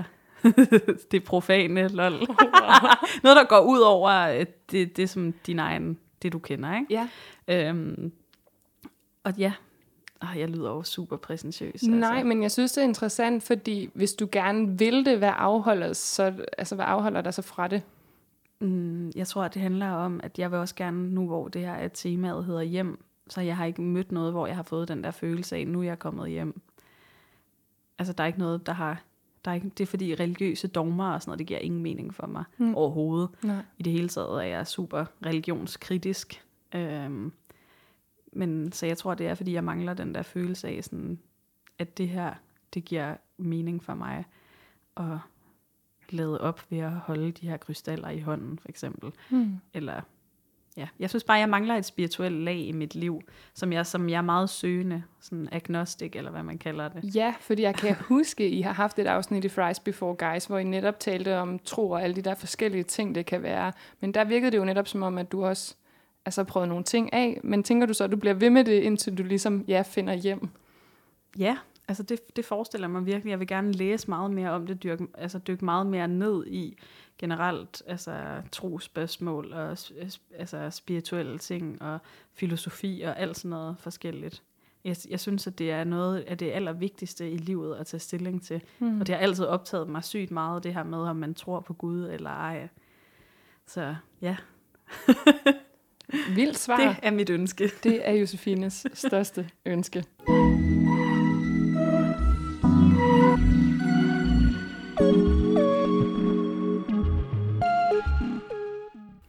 det profane, lol. Noget, der går ud over det, det som din egen, det du kender, ikke?
Ja.
Øhm, og ja, oh, jeg lyder jo super præsentiøs.
Nej,
altså.
men jeg synes, det er interessant, fordi hvis du gerne vil det, hvad afholder, så, altså, hvad afholder dig så fra det?
Mm, jeg tror, at det handler om, at jeg vil også gerne, nu hvor det her er temaet hedder hjem, så jeg har ikke mødt noget, hvor jeg har fået den der følelse af, nu er jeg kommet hjem. Altså, der er ikke noget, der har... Der er ikke, det er fordi religiøse dogmer og sådan noget, det giver ingen mening for mig mm. overhovedet. Nej. I det hele taget er jeg super religionskritisk. Øhm, men så jeg tror, det er, fordi jeg mangler den der følelse af, sådan, at det her, det giver mening for mig at lade op ved at holde de her krystaller i hånden, for eksempel. Mm. Eller, ja, jeg synes bare, jeg mangler et spirituelt lag i mit liv, som jeg, som jeg er meget søgende, sådan agnostik, eller hvad man kalder det.
Ja, fordi jeg kan huske, I har haft et afsnit i Fries Before Guys, hvor I netop talte om tro og alle de der forskellige ting, det kan være. Men der virkede det jo netop som om, at du også altså, prøvede nogle ting af. Men tænker du så, at du bliver ved med det, indtil du ligesom, ja, finder hjem?
Ja, altså det, det forestiller mig virkelig. Jeg vil gerne læse meget mere om det, dyrke, altså dykke meget mere ned i generelt, altså trospørgsmål og altså spirituelle ting og filosofi og alt sådan noget forskelligt. Jeg, jeg synes, at det er noget af det allervigtigste i livet at tage stilling til. Mm. Og det har altid optaget mig sygt meget, det her med, om man tror på Gud eller ej. Så ja.
Vildt svar.
Det er mit ønske.
Det er Josefines største ønske.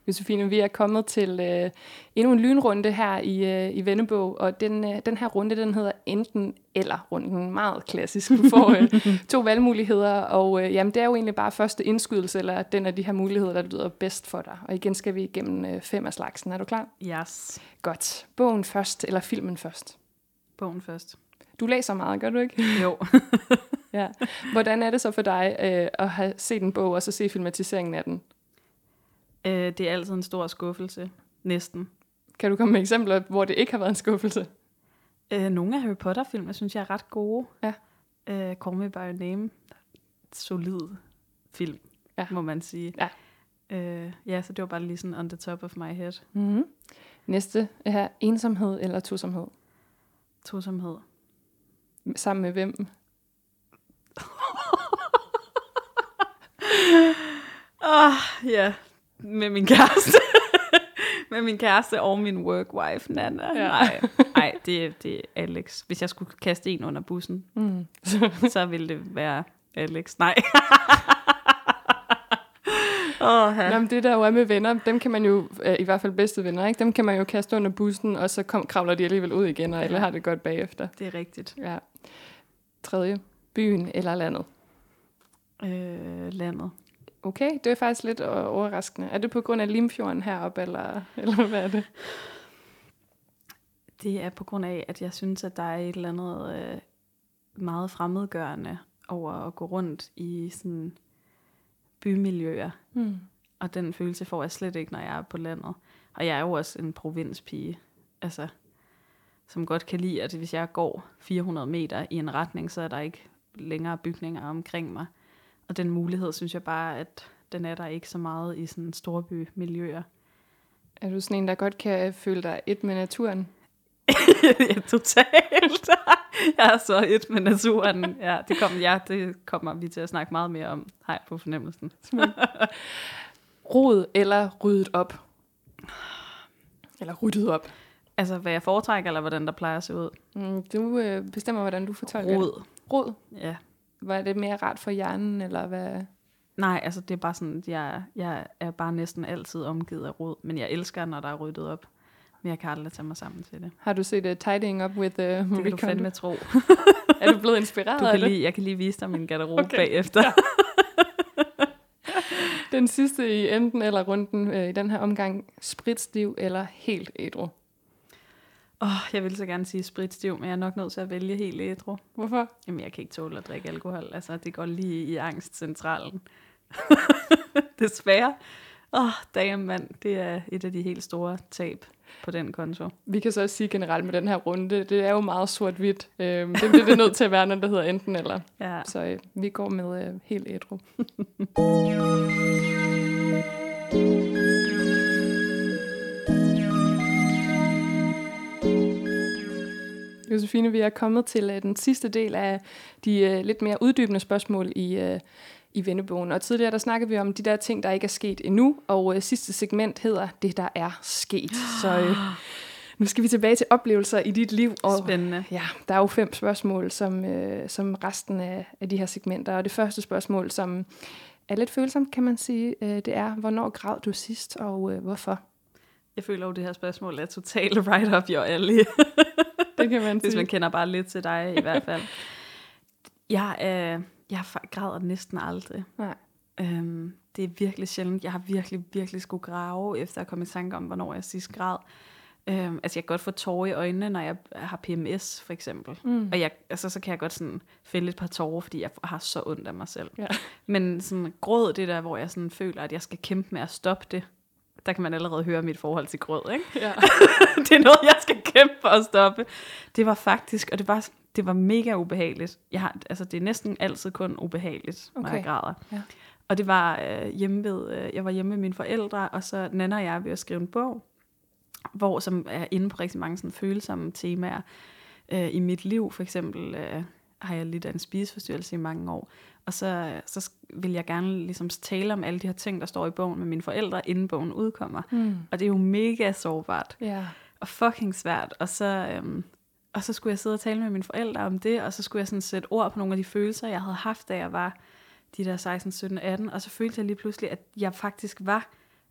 Josefine, vi er kommet til øh, endnu en lynrunde her i, øh, i Vennebog, og den, øh, den her runde, den hedder enten eller runden. Meget klassisk. Du får øh, to valgmuligheder, og øh, jamen, det er jo egentlig bare første indskydelse, eller den af de her muligheder, der lyder bedst for dig. Og igen skal vi igennem øh, fem af slagsen. Er du klar?
Yes.
Godt. Bogen først, eller filmen først?
Bogen først.
Du læser meget, gør du ikke?
Jo.
Ja. Hvordan er det så for dig øh, at have set en bog, og så se filmatiseringen af den?
Øh, det er altid en stor skuffelse. Næsten.
Kan du komme med eksempler, hvor det ikke har været en skuffelse?
Øh, nogle af Harry Potter-filmer synes jeg er ret gode.
Ja.
Øh, Call Me By Your Name. Solid film, ja. Må man sige.
Ja.
Øh, ja, så det var bare lige sådan on the top of my head.
Mm-hmm. Næste er ensomhed eller tosomhed?
Tosomhed.
Sammen med hvem?
Åh, oh, ja. Med min kæreste. Med min kæreste og min work wife, Nana. Ja. Nej, nej det, det er Alex. Hvis jeg skulle kaste en under bussen, mm. så ville det være Alex. Nej. oh, ja.
Nå, det der jo er med venner, dem kan man jo, i hvert fald bedste venner, ikke? Dem kan man jo kaste under bussen, og så kom, kravler de alligevel ud igen, og alle har det godt bagefter.
Det er rigtigt.
Ja. Tredje. Byen eller landet?
Øh, landet.
Okay, det er faktisk lidt overraskende. Er det på grund af Limfjorden heroppe, eller, eller hvad er det?
Det er på grund af, at jeg synes, at der er et eller andet øh, meget fremmedgørende over at gå rundt i sådan bymiljøer. Mm. Og den følelse får jeg slet ikke, når jeg er på landet. Og jeg er jo også en provinspige, altså, som godt kan lide, at hvis jeg går fire hundrede meter i en retning, så er der ikke længere bygninger omkring mig. Og den mulighed, synes jeg bare, at den er der ikke så meget i sådan storbymiljøer.
Er du sådan en, der godt kan føle dig et med naturen?
Ja, totalt. Jeg er så et med naturen. Ja, det kommer, ja, det kommer vi til at snakke meget mere om. Hej på fornemmelsen.
Rod eller ryddet op? Eller ryddet op?
Altså, hvad jeg foretrækker, eller hvordan der plejer at se ud?
Mm, du øh, bestemmer, hvordan du fortolker
Rod.
det. Rod?
Ja.
Var det mere rart for hjernen, eller hvad?
Nej, altså det er bare sådan, at jeg, jeg er bare næsten altid omgivet af rod, men jeg elsker, når der er ryddet op. Men jeg kan aldrig tage mig sammen til det.
Har du set uh, Tidying Up with uh, Marie Kondo?
Det kan du fandme tro.
Er du blevet inspireret
du
af
kan
det?
Lige, jeg kan lige vise dig min garderobe okay. bagefter. Ja.
Den sidste i enten eller runden øh, i den her omgang, spritstiv eller helt ædru?
Åh, oh, jeg vil så gerne sige spritstiv, men jeg er nok nødt til at vælge helt ædru.
Hvorfor?
Jamen, jeg kan ikke tåle at drikke alkohol. Altså, det går lige i angstcentralen. Desværre. Åh, oh, damn mand. Det er et af de helt store tab på den konto.
Vi kan så også sige generelt med den her runde, det er jo meget sort-hvidt. Øhm, det bliver det nødt til at være, når det hedder enten eller.
Ja.
Så øh, vi går med øh, helt ædru. Josefine, vi er kommet til uh, den sidste del af de uh, lidt mere uddybende spørgsmål i, uh, i Vennebogen. Og tidligere der snakkede vi om de der ting, der ikke er sket endnu, og uh, sidste segment hedder det, der er sket. Så uh, nu skal vi tilbage til oplevelser i dit liv. Og,
Spændende.
Ja, der er jo fem spørgsmål, som, uh, som resten af, af de her segmenter. Og det første spørgsmål, som er lidt følsomt, kan man sige, uh, det er, hvornår græd du sidst, og uh, hvorfor?
Jeg føler jo, det her spørgsmål er totalt right up your alley.
Det kan man sige.
Hvis man kender bare lidt til dig i hvert fald. Jeg, øh, jeg græder næsten aldrig.
Nej.
Øhm, det er virkelig sjældent. Jeg har virkelig, virkelig skulle grave, efter at komme i tanke om, hvornår jeg sidst græd. Øhm, altså jeg kan godt få tårer i øjnene, når jeg har P M S for eksempel. Mm. Og jeg, altså, så kan jeg godt sådan fælde et par tårer, fordi jeg har så ondt af mig selv. Ja. Men sådan gråd, det der, hvor jeg sådan føler, at jeg skal kæmpe med at stoppe det. Der kan man allerede høre mit forhold til grød, ikke? Ja. Det er noget, jeg skal kæmpe for at stoppe. Det var faktisk, og det var, det var mega ubehageligt. Jeg har, altså, det er næsten altid kun ubehageligt, okay. når jeg græder. Ja. Og det var øh, hjemme ved, øh, jeg var hjemme med mine forældre, og så Nana og jeg ved at skrive en bog, hvor som er inde på rigtig mange sådan, følsomme temaer. Øh, I mit liv, for eksempel, øh, har jeg lidt af en spiseforstyrrelse i mange år. Og så, så vil jeg gerne ligesom tale om alle de her ting, der står i bogen med mine forældre, inden bogen udkommer. Mm. Og det er jo mega sårbart. Yeah. Og fucking svært. Og så, øhm, og så skulle jeg sidde og tale med mine forældre om det, og så skulle jeg sådan sætte ord på nogle af de følelser, jeg havde haft, da jeg var de der seksten, sytten, atten. Og så følte jeg lige pludselig, at jeg faktisk var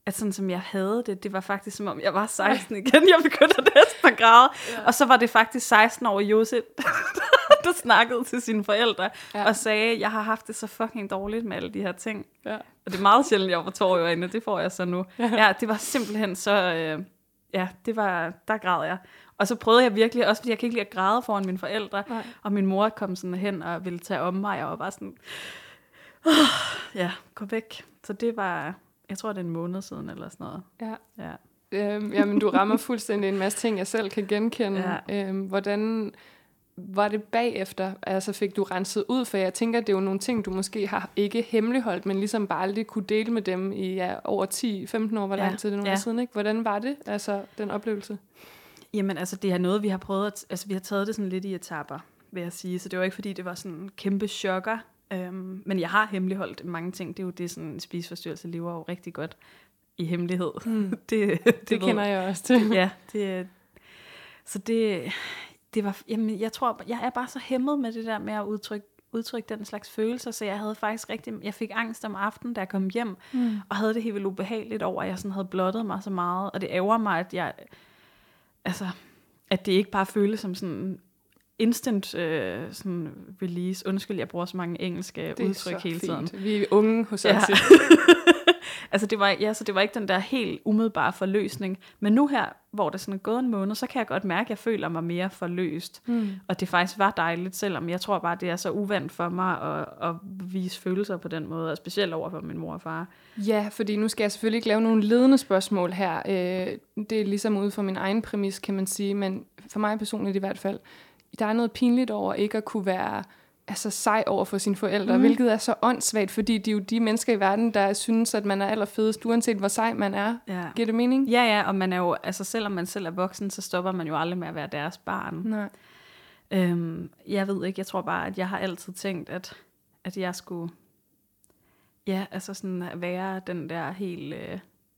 at sådan som jeg havde det, det var faktisk som om, jeg var seksten igen. Jeg begyndte næsten at græde. Ja. Og så var det faktisk seksten-årige Josef, der snakkede til sine forældre, ja. og sagde, jeg har haft det så fucking dårligt med alle de her ting. Ja. Og det er meget sjældent, jeg var tårer i øjnene, det får jeg så nu. Ja, ja det var simpelthen så, øh, ja, det var, der græd jeg. Og så prøvede jeg virkelig, også fordi jeg kan ikke lide at græde foran mine forældre, nej. Og min mor kom sådan hen og ville tage om mig, og var bare sådan, oh, ja, gå væk. Så det var, jeg tror, det er en måned siden eller sådan noget.
Ja. Ja. Øhm, jamen, du rammer fuldstændig en masse ting, jeg selv kan genkende. Ja. Øhm, hvordan var det bagefter? Altså fik du renset ud? For jeg tænker, det er jo nogle ting, du måske har ikke hemmeligholdt, men ligesom bare aldrig kunne dele med dem i ja, over ti femten år, hvor lang tid det nu er siden, ikke? Hvordan var det, altså den oplevelse?
Jamen, altså det er noget, vi har prøvet, at, altså vi har taget det sådan lidt i etaper, vil jeg sige. Så det var ikke, fordi det var sådan en kæmpe chokker. Øhm, men jeg har hemmeligholdt mange ting. Det er jo det, sådan en spiseforstyrrelse lever jo rigtig godt i hemmelighed.
Mm. det det, det kender jeg også til.
Ja, det, så det, det var, jamen jeg tror, jeg er bare så hæmmet med det der med at udtrykke, udtrykke den slags følelser, så jeg havde faktisk rigtig, jeg fik angst om aftenen, da jeg kom hjem, mm. og havde det helt vildt ubehageligt over, at jeg sådan havde blottet mig så meget, og det ærger mig, at jeg, altså, at det ikke bare føles som sådan instant øh, sådan release. Undskyld, jeg bruger så mange engelske udtryk hele tiden.
Fint. Vi er unge hos os. Ja.
altså det var, ja, så det var ikke den der helt umiddelbare forløsning. Men nu her, hvor det sådan er gået en måned, så kan jeg godt mærke, at jeg føler mig mere forløst. Mm. Og det faktisk var dejligt, selvom jeg tror bare, det er så uvandt for mig at, at vise følelser på den måde, og specielt over for min mor og far.
Ja, fordi nu skal jeg selvfølgelig ikke lave nogle ledende spørgsmål her. Det er ligesom ude fra min egen præmis, kan man sige, men for mig personligt i hvert fald, der er noget pinligt over ikke at kunne være altså, sej over for sine forældre, mm. hvilket er så åndssvagt, fordi de er jo de mennesker i verden, der synes, at man er allerfedest, uanset hvor sej man er. Ja. Giver det mening?
Ja, ja, og man er jo, altså selvom man selv er voksen, så stopper man jo aldrig med at være deres barn.
Nej.
Øhm, jeg ved ikke, jeg tror bare, at jeg har altid tænkt, at, at jeg skulle, ja, altså sådan være den der helt øh,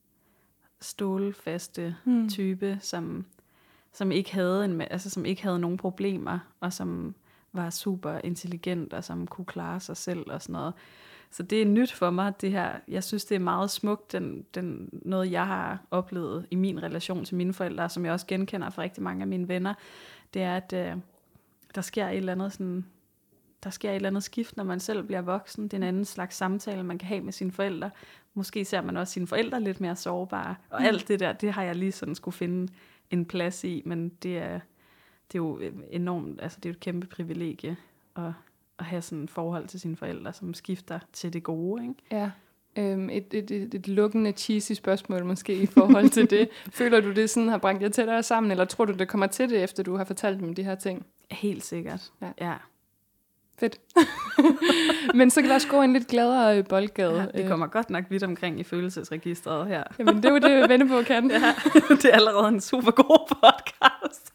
stålfaste mm. type, som som ikke havde en, altså som ikke havde nogen problemer, og som var super intelligent, og som kunne klare sig selv og sådan noget. Så det er nyt for mig, det her. Jeg synes, det er meget smukt, den, den, noget jeg har oplevet i min relation til mine forældre, som jeg også genkender fra rigtig mange af mine venner, det er, at øh, der sker et eller andet sådan, der sker et eller andet skift, når man selv bliver voksen. Det er en anden slags samtale, man kan have med sine forældre. Måske ser man også sine forældre lidt mere sårbare. Og mm. alt det der, det har jeg lige sådan skulle finde en plads i, men det er, det er jo enormt, altså det er jo et kæmpe privilegie at, at have sådan et forhold til sine forældre, som skifter til det gode, ikke?
Ja, øhm, et, et, et, et lukkende, cheesy spørgsmål måske i forhold til det. Føler du det sådan har bragt jer tættere sammen, eller tror du, det kommer til det, efter du har fortalt dem de her ting?
Helt sikkert, ja. ja.
Fedt. Men så kan der også gå en lidt gladere boldgade.
Ja, det kommer godt nok vidt omkring i følelsesregistret her.
Jamen, det er jo det, Vennebo kan.
Ja, det er allerede en super god podcast.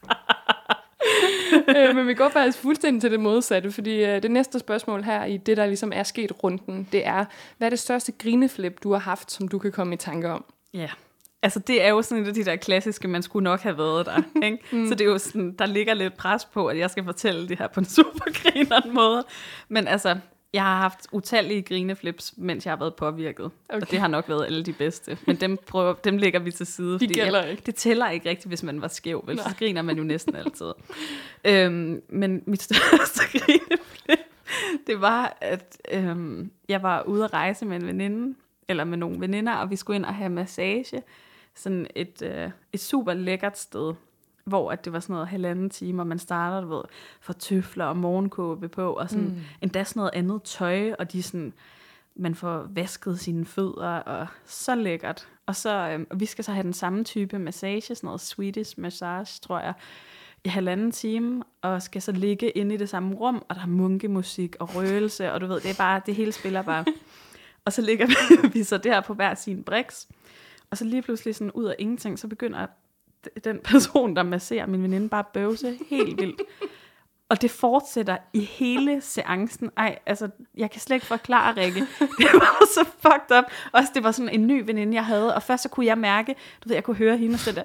Men vi går faktisk fuldstændig til det modsatte, fordi det næste spørgsmål her i det, der ligesom er sket runden, det er, hvad er det største grineflip, du har haft, som du kan komme i tanke om?
Ja, altså det er jo sådan et af de der klassiske, man skulle nok have været der, ikke? mm. Så det er jo sådan, der ligger lidt pres på, at jeg skal fortælle det her på en super grineren måde. Men altså, jeg har haft utallige grineflips, mens jeg har været påvirket. Okay. Og det har nok været alle de bedste. Men dem, prøver, dem lægger vi til side.
De gælder
jeg,
ikke.
Det tæller ikke rigtigt, hvis man var skæv. Vel? Så griner man jo næsten altid. øhm, men mit største grineflip, det var, at øhm, jeg var ude at rejse med en veninde, eller med nogle veninder, og vi skulle ind og have massage. Sådan et, øh, et super lækkert sted, hvor at det var sådan noget halvanden time, og man starter, du ved, for tøfler og morgenkåbe på, og sådan, mm. endda sådan noget andet tøj, og de sådan, man får vasket sine fødder, og så lækkert. Og så, øh, og vi skal så have den samme type massage, sådan noget Swedish massage, tror jeg, i halvanden time, og skal så ligge inde i det samme rum, og der er munkemusik og røgelse, og du ved, det er bare, det hele spiller bare. Og så ligger vi så der på hver sin briks, og så lige pludselig sådan ud af ingenting, så begynder den person, der masserer min veninde, bare bøvse helt vildt. Og det fortsætter i hele seancen. Ej, altså, jeg kan slet ikke forklare, Rikke. Det var så fucked up. Også det var sådan en ny veninde, jeg havde, og først så kunne jeg mærke, du ved, jeg kunne høre hende og sådan der.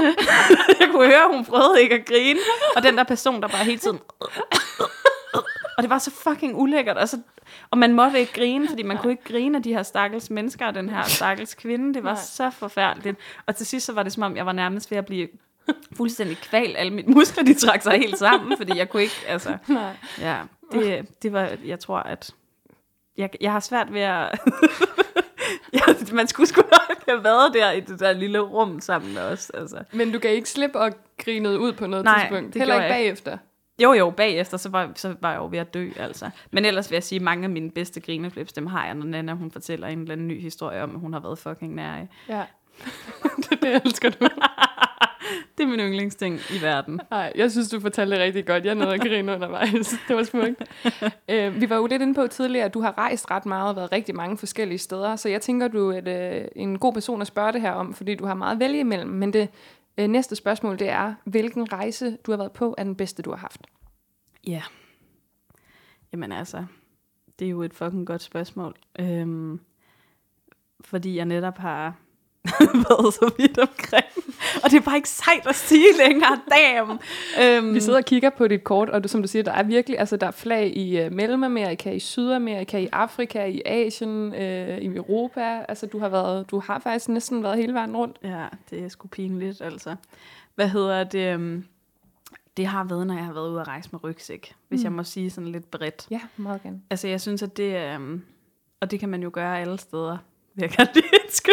Jeg kunne høre, hun prøvede ikke at grine, og den der person, der bare hele tiden Og det var så fucking ulækkert. Og, så, og man måtte ikke grine, fordi man kunne ikke grine af de her stakkels mennesker, og den her stakkels kvinde. Det var Nej. så forfærdeligt. Og til sidst så var det som om, jeg var nærmest ved at blive fuldstændig kvalt. Alle mine muskler, de trak sig helt sammen, fordi jeg kunne ikke, altså...
Nej.
Ja, det, det var, jeg tror, at... Jeg, jeg har svært ved at... ja, man skulle sgu nok have været der i det der lille rum sammen med os. Altså.
Men du kan ikke slippe og grine ud på noget
Nej,
tidspunkt? Heller ikke bagefter?
Jo, jo, bagefter, så var, så var jeg jo ved at dø, altså. Men ellers vil jeg sige, at mange af mine bedste grineflips, dem har jeg, når Nana, hun fortæller en eller anden ny historie om, at hun har været fucking nær i.
Ja, det, det elsker du.
Det er min yndlingsting i verden.
Nej, jeg synes, du fortalte det rigtig godt. Jeg nåede at grine undervejs. Det var smukt. uh, vi var jo lidt inde på tidligere, at du har rejst ret meget og været rigtig mange forskellige steder. Så jeg tænker, du er uh, en god person at spørge det her om, fordi du har meget at vælge imellem. Men det uh, næste spørgsmål, det er, hvilken rejse du har været på, er den bedste, du har haft?
Ja. Yeah. Jamen altså, det er jo et fucking godt spørgsmål. Øhm, fordi jeg netop har... været så vidt omkring. Og det er bare ikke sejt at sige længere. Damn.
Øhm. Vi sidder og kigger på dit kort, og du, som du siger, der er virkelig, altså der er flag i uh, Mellemamerika, i Sydamerika, i Afrika, i Asien, uh, i Europa. Altså du har været, du har faktisk næsten været hele vejen rundt.
Ja, det er sgu pinligt, altså. Hvad hedder det? Um, det har været, når jeg har været ude at rejse med rygsæk. Hvis mm. jeg må sige sådan lidt bredt.
Ja, meget gerne.
Altså jeg synes, at det, um, og det kan man jo gøre alle steder. Jeg kan lige indskyde.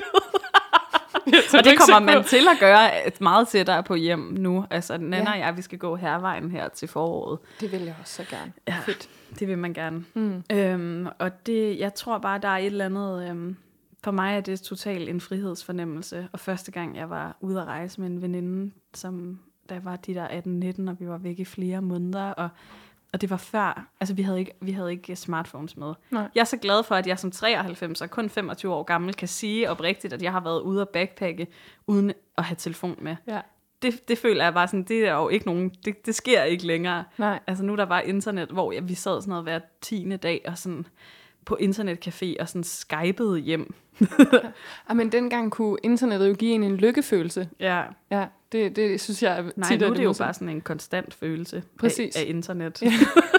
Og det kommer man til at gøre meget tættere på hjem nu. Altså, Nana ja. og jeg, vi skal gå hervejen her til foråret.
Det vil jeg også så gerne.
Ja, fedt. Det vil man gerne. Mm. Øhm, og det, jeg tror bare, der er et eller andet... Øhm, for mig er det totalt en frihedsfornemmelse. Og første gang, jeg var ude at rejse med en veninde, som der var de der atten nitten, og vi var væk i flere måneder, og Og det var før, altså vi havde ikke, vi havde ikke smartphones med. Nej. Jeg er så glad for, at jeg som treoghalvfems og kun femogtyve år gammel kan sige oprigtigt, at jeg har været ude at backpacke, uden at have telefon med. Ja. Det, det føler jeg bare sådan, det er jo ikke nogen, det, det sker ikke længere. Nej. Altså nu der var internet, hvor ja, vi sad sådan noget hver tiende dag, og sådan på internetcafé og sådan skypede hjem.
Ja, men dengang kunne internettet jo give en en lykkefølelse.
Ja.
Ja, det, det synes jeg tit,
Nej, nu er det, det jo bare sådan en konstant følelse af, af internet. Ja.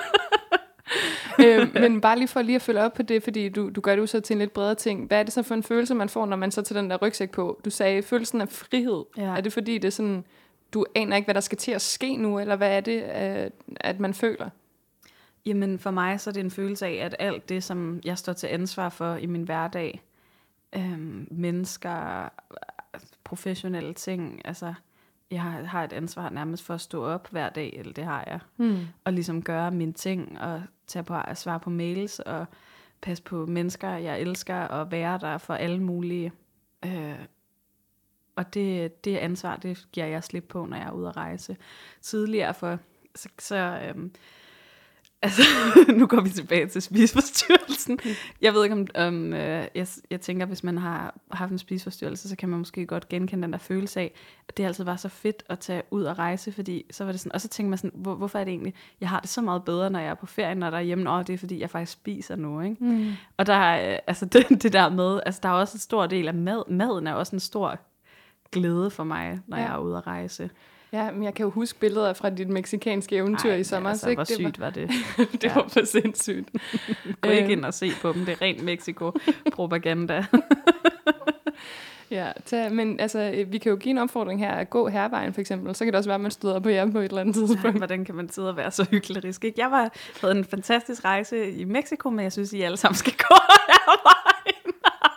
øh, men bare lige for lige at følge op på det, fordi du, du gør det jo så til en lidt bredere ting. Hvad er det så for en følelse, man får, når man så tager den der rygsæk på? Du sagde følelsen af frihed. Ja. Er det fordi, det er sådan, du aner ikke, hvad der skal til at ske nu, eller hvad er det, at, at man føler?
Jamen for mig så er det en følelse af, at alt det, som jeg står til ansvar for i min hverdag, øhm, mennesker, professionelle ting, altså jeg har, har et ansvar nærmest for at stå op hver dag, eller det har jeg, mm. og ligesom gøre mine ting, og tage på at svare på mails, og passe på mennesker, jeg elsker, og være der for alle mulige. Øh, og det, det ansvar, det giver jeg slip på, når jeg er ude at rejse. Tidligere for, så... så øhm, Altså, nu går vi tilbage til spiseforstyrrelsen. Jeg ved ikke, om um, øh, jeg, jeg tænker, hvis man har haft en spiseforstyrrelse, så kan man måske godt genkende den der følelse af, at det altid var så fedt at tage ud og rejse, fordi så var det sådan, og så tænker man sådan, hvor, hvorfor er det egentlig, jeg har det så meget bedre, når jeg er på ferie, når der er hjemme, og det er fordi, jeg faktisk spiser nu, ikke? Mm. Og der er, altså det, det der med, altså der er også en stor del af mad, maden er også en stor glæde for mig, når ja. jeg er ude at rejse.
Ja, men jeg kan jo huske billeder fra dit mexikanske eventyr
Ej,
i sommer.
Altså, hvor sygt var det.
det ja. var for sindssygt.
Gå ikke ind og se på dem, det er rent Mexico-propaganda.
Ja, tag, men altså, vi kan jo give en opfordring her at gå hervejen for eksempel, så kan det også være, at man støder på jer på et eller andet tidspunkt.
Ja, hvordan kan man sidde og være så hyklerisk, ikke? Jeg var, havde en fantastisk rejse i Mexico, men jeg synes, I alle sammen skal gå hervejen.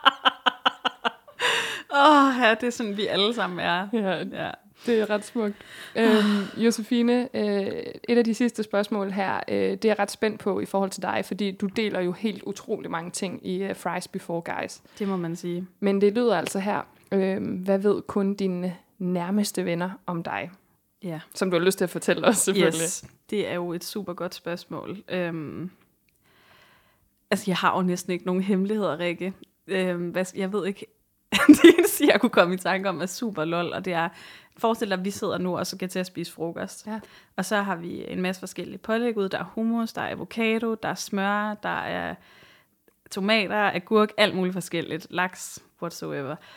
Åh, oh, ja, det er sådan, vi alle sammen er.
Ja, ja. Det er ret smukt. øhm, Josefine, øh, et af de sidste spørgsmål her, øh, det er jeg ret spændt på i forhold til dig, fordi du deler jo helt utrolig mange ting i uh, Fries Before Guys.
Det må man sige.
Men det lyder altså her, øh, hvad ved kun dine nærmeste venner om dig?
Ja.
Som du har lyst til at fortælle os, selvfølgelig.
Yes, det er jo et super godt spørgsmål. Øhm, altså, jeg har jo næsten ikke nogen hemmeligheder, Rikke. Øhm, hvad, jeg ved ikke, det eneste, jeg kunne komme i tanke om, er super lol, og det er, forestil dig, at vi sidder nu og så skal til at spise frokost. Ja. Og så har vi en masse forskellige pålæg ud. Der er hummus, der er avocado, der er smør, der er tomater, agurk, alt muligt forskelligt. Laks, whatsoever.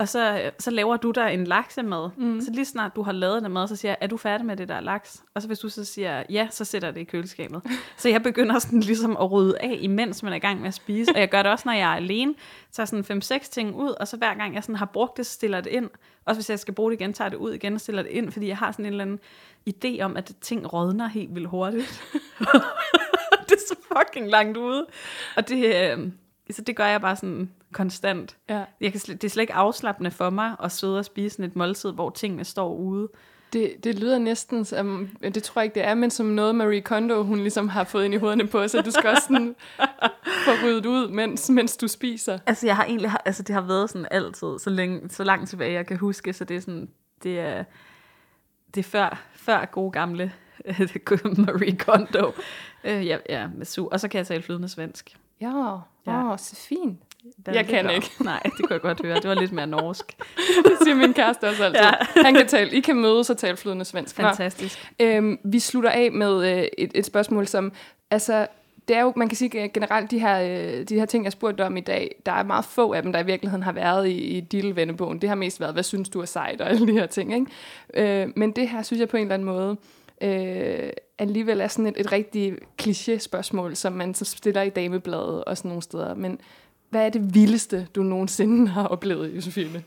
Og så, så laver du der en laksemad. Mm. Så lige snart du har lavet den mad, så siger jeg, er du færdig med det der laks? Og så hvis du så siger ja, så sætter jeg det i køleskabet. Så jeg begynder sådan ligesom at rydde af, imens man er i gang med at spise. Og jeg gør det også, når jeg er alene. Så tager sådan fem seks ting ud, og så hver gang jeg sådan har brugt det, så stiller jeg det ind. Også hvis jeg skal bruge det igen, tager jeg det ud igen og stiller det ind, fordi jeg har sådan en eller anden idé om, at ting rådner helt vildt hurtigt. Det er så fucking langt ude. Og det, øh, så det gør jeg bare sådan konstant. Ja. Jeg kan sl- det er slet ikke afslappende for mig at sidde og spise sådan et måltid, hvor tingene står ude.
Det, det lyder næsten som, det tror jeg ikke det er, men som noget Marie Kondo, hun ligesom har fået ind i hovederne på, så du skal også sådan få ryddet ud, mens, mens du spiser.
Altså jeg har egentlig, altså det har været sådan altid, så, længe, så langt tilbage jeg kan huske, så det er sådan, det er, det er før, før gode gamle Marie Kondo. Uh, ja, ja, med su. Og så kan jeg tale flydende svensk.
Ja, ja. Åh, så fint.
Den
jeg kan ikke.
Nej, det kunne jeg godt høre. Det var lidt mere norsk.
Det siger min kæreste også altid. Ja. Han kan tale, I kan mødes og tale flydende svensk.
Fantastisk.
Øhm, vi slutter af med øh, et, et spørgsmål, som, altså, det er jo, man kan sige generelt, de her, øh, de her ting, jeg spurgte om i dag, der er meget få af dem, der i virkeligheden har været i, i Diddle-vennebogen. Det har mest været, hvad synes du er sejt, og alle de her ting, ikke? Øh, men det her, synes jeg på en eller anden måde, øh, alligevel er sådan et, et rigtig kliché-spørgsmål, som man så stiller i damebladet og sådan nogle steder. Men hvad er det vildeste, du nogensinde har oplevet, Josefine?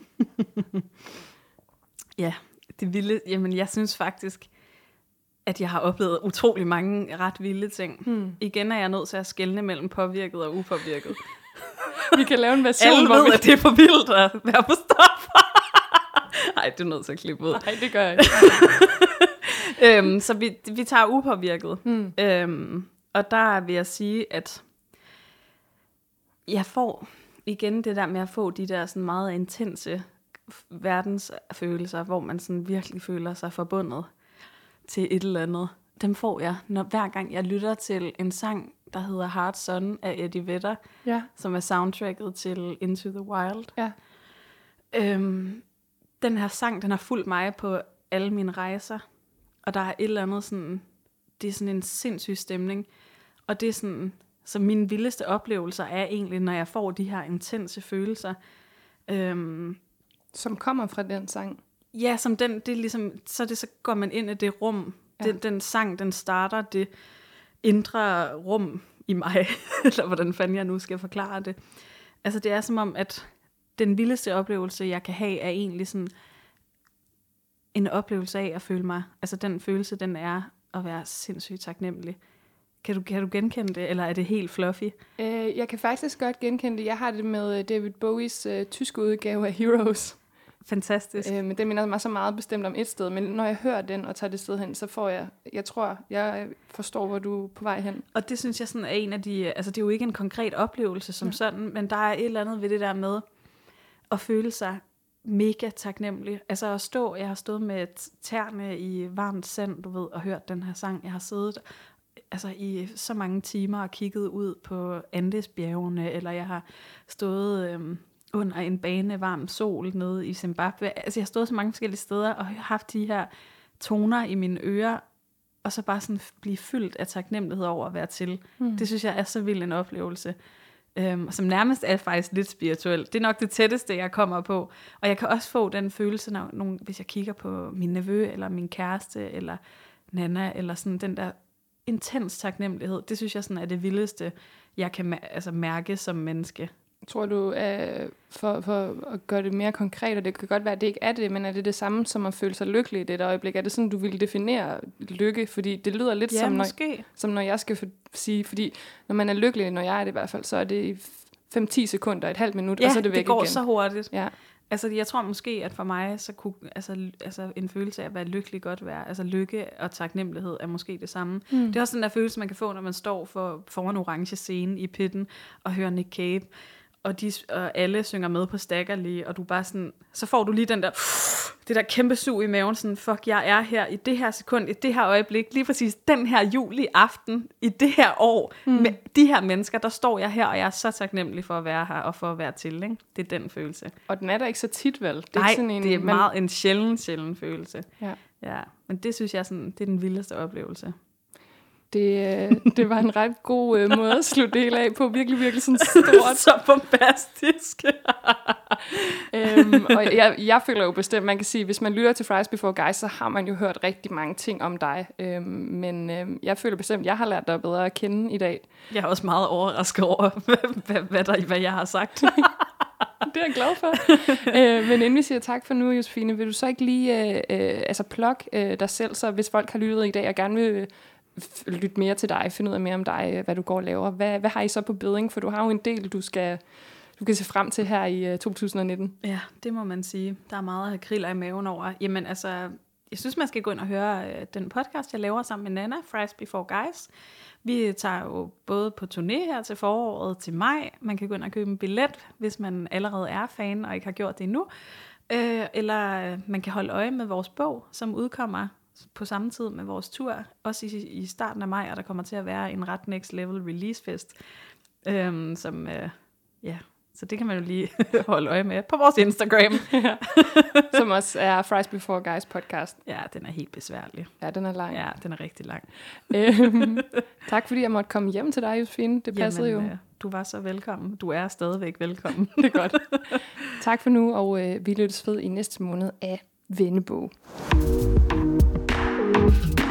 Ja, det vilde, jamen jeg synes faktisk, at jeg har oplevet utrolig mange ret vilde ting. Hmm. Igen er jeg nødt til at skelne mellem påvirket og upåvirket.
Vi kan lave en version,
alle
hvor
ved,
vi...
at det er for vildt at være på stoffer. Nej, det er nødt til at klippe ud.
Nej, det gør jeg ikke.
øhm, så vi, vi tager upåvirket. Hmm. Øhm, og der vil jeg sige, at jeg får igen det der med at få de der sådan meget intense verdensfølelser, hvor man sådan virkelig føler sig forbundet til et eller andet. Dem får jeg, når hver gang jeg lytter til en sang, der hedder Hard Sun af Eddie Vedder, ja. Som er soundtracket til Into the Wild. Ja. Øhm, den her sang, den har fulgt mig på alle mine rejser, og der er et eller andet sådan, det er sådan en sindssyg stemning, og det er sådan, så mine vildeste oplevelser er egentlig, når jeg får de her intense følelser. Øhm,
som kommer fra den sang?
Ja, som den, det er ligesom, så, det, så går man ind i det rum. Ja. Den, den sang, den starter det indre rum i mig, eller hvordan fanden jeg nu skal forklare det. Altså det er som om, at den vildeste oplevelse, jeg kan have, er egentlig sådan en oplevelse af at føle mig, altså den følelse, den er at være sindssygt taknemmelig. Kan du, kan du genkende det, eller er det helt fluffy?
Øh, jeg kan faktisk godt genkende det. Jeg har det med David Bowies øh, tyske udgave af Heroes.
Fantastisk.
Øh, men det minder mig så meget bestemt om et sted. Men når jeg hører den og tager det sted hen, så får jeg, jeg tror, jeg forstår, hvor du er på vej hen.
Og det synes jeg sådan er en af de, altså det er jo ikke en konkret oplevelse som ja. Sådan, men der er et eller andet ved det der med at føle sig mega taknemmelig. Altså at stå, jeg har stået med tæerne i varmt sand, du ved, og hørt den her sang. Jeg har siddet altså i så mange timer og kigget ud på Andesbjergene, eller jeg har stået øhm, under en bane varm sol nede i Zimbabwe. Altså jeg har stået så mange forskellige steder og haft de her toner i mine ører, og så bare sådan blive fyldt af taknemmelighed over at være til. Mm. Det synes jeg er så vild en oplevelse, øhm, som nærmest er faktisk lidt spirituelt. Det er nok det tætteste, jeg kommer på. Og jeg kan også få den følelse, når nogen, hvis jeg kigger på min nevø, eller min kæreste, eller Nana, eller sådan den der intens taknemmelighed. Det synes jeg sådan er det vildeste, jeg kan mær- altså mærke som menneske.
Tror du, øh, for, for at gøre det mere konkret, og det kan godt være, at det ikke er det, men er det det samme som at føle sig lykkelig i det øjeblik? Er det sådan, du ville definere lykke? Fordi det lyder lidt
ja,
som, når,
måske.
som når jeg skal for, sige, fordi når man er lykkelig, når jeg er det i hvert fald, så er det i fem til ti sekunder, et halvt minut,
ja,
og så er det væk igen.
Ja, det går igen. Så hurtigt.
Ja.
Altså, jeg tror måske, at for mig, så kunne altså, altså, en følelse af at være lykkelig godt være, altså lykke og taknemmelighed er måske det samme. Mm. Det er også den der følelse, man kan få, når man står for, foran en orange scene i pitten og hører Nick Cave, og, de, og alle synger med på Staggerly, og du bare sådan, så får du lige den der, det der kæmpe sug i maven, sådan, fuck, jeg er her i det her sekund, i det her øjeblik, lige præcis den her juli aften, i det her år, mm. med de her mennesker, der står jeg her, og jeg er så taknemmelig for at være her, og for at være til, ikke? Det er den følelse.
Og den er der ikke så tit, vel? Det er
Nej,
ikke sådan en,
det er
man...
meget en sjælden, sjælden følelse.
Ja.
Ja, men det synes jeg, sådan, det er den vildeste oplevelse.
Det, det var en ret god øh, måde at slutte det af på. Virkelig, virkelig sådan stort.
Så bombastisk.
øhm, øhm, og jeg, jeg føler jo bestemt, man kan sige, hvis man lytter til Fries Before Guys, så har man jo hørt rigtig mange ting om dig. Øhm, men øhm, jeg føler bestemt, jeg har lært dig bedre at kende i dag.
Jeg er også meget overrasket over, hvad, hvad, der, hvad jeg har sagt.
Det er jeg glad for. øh, men inden vi siger tak for nu, Josefine, vil du så ikke lige øh, øh, altså plug øh, dig selv, så hvis folk har lyttet i dag og gerne vil f- lytte mere til dig, finde ud af mere om dig, hvad du går og laver, hvad, hvad har I så på bedding? For du har jo en del, du skal, du kan se frem til her i øh, to tusind nitten.
Ja, det må man sige. Der er meget at have kriller i maven over. Jamen altså, jeg synes, man skal gå ind og høre øh, den podcast, jeg laver sammen med Nana, Fries Before Guys. Vi tager jo både på turné her til foråret, til maj. Man kan gå ind og købe en billet, hvis man allerede er fan og ikke har gjort det endnu. Øh, eller man kan holde øje med vores bog, som udkommer på samme tid med vores tur. Også i, i starten af maj, og der kommer til at være en ret next level release fest. Øh, som, øh, ja... Så det kan man jo lige holde øje med på vores Instagram.
Ja. Som også er Fries Before Guys podcast.
Ja, den er helt besværlig.
Ja, den er lang.
Ja, den er rigtig lang.
øhm, tak fordi jeg måtte komme hjem til dig, Josefine. Det passede
Jamen,
jo.
Øh, du var så velkommen. Du er stadigvæk velkommen.
Det er godt. Tak for nu, og øh, vi lyttes ved i næste måned af Vennebog.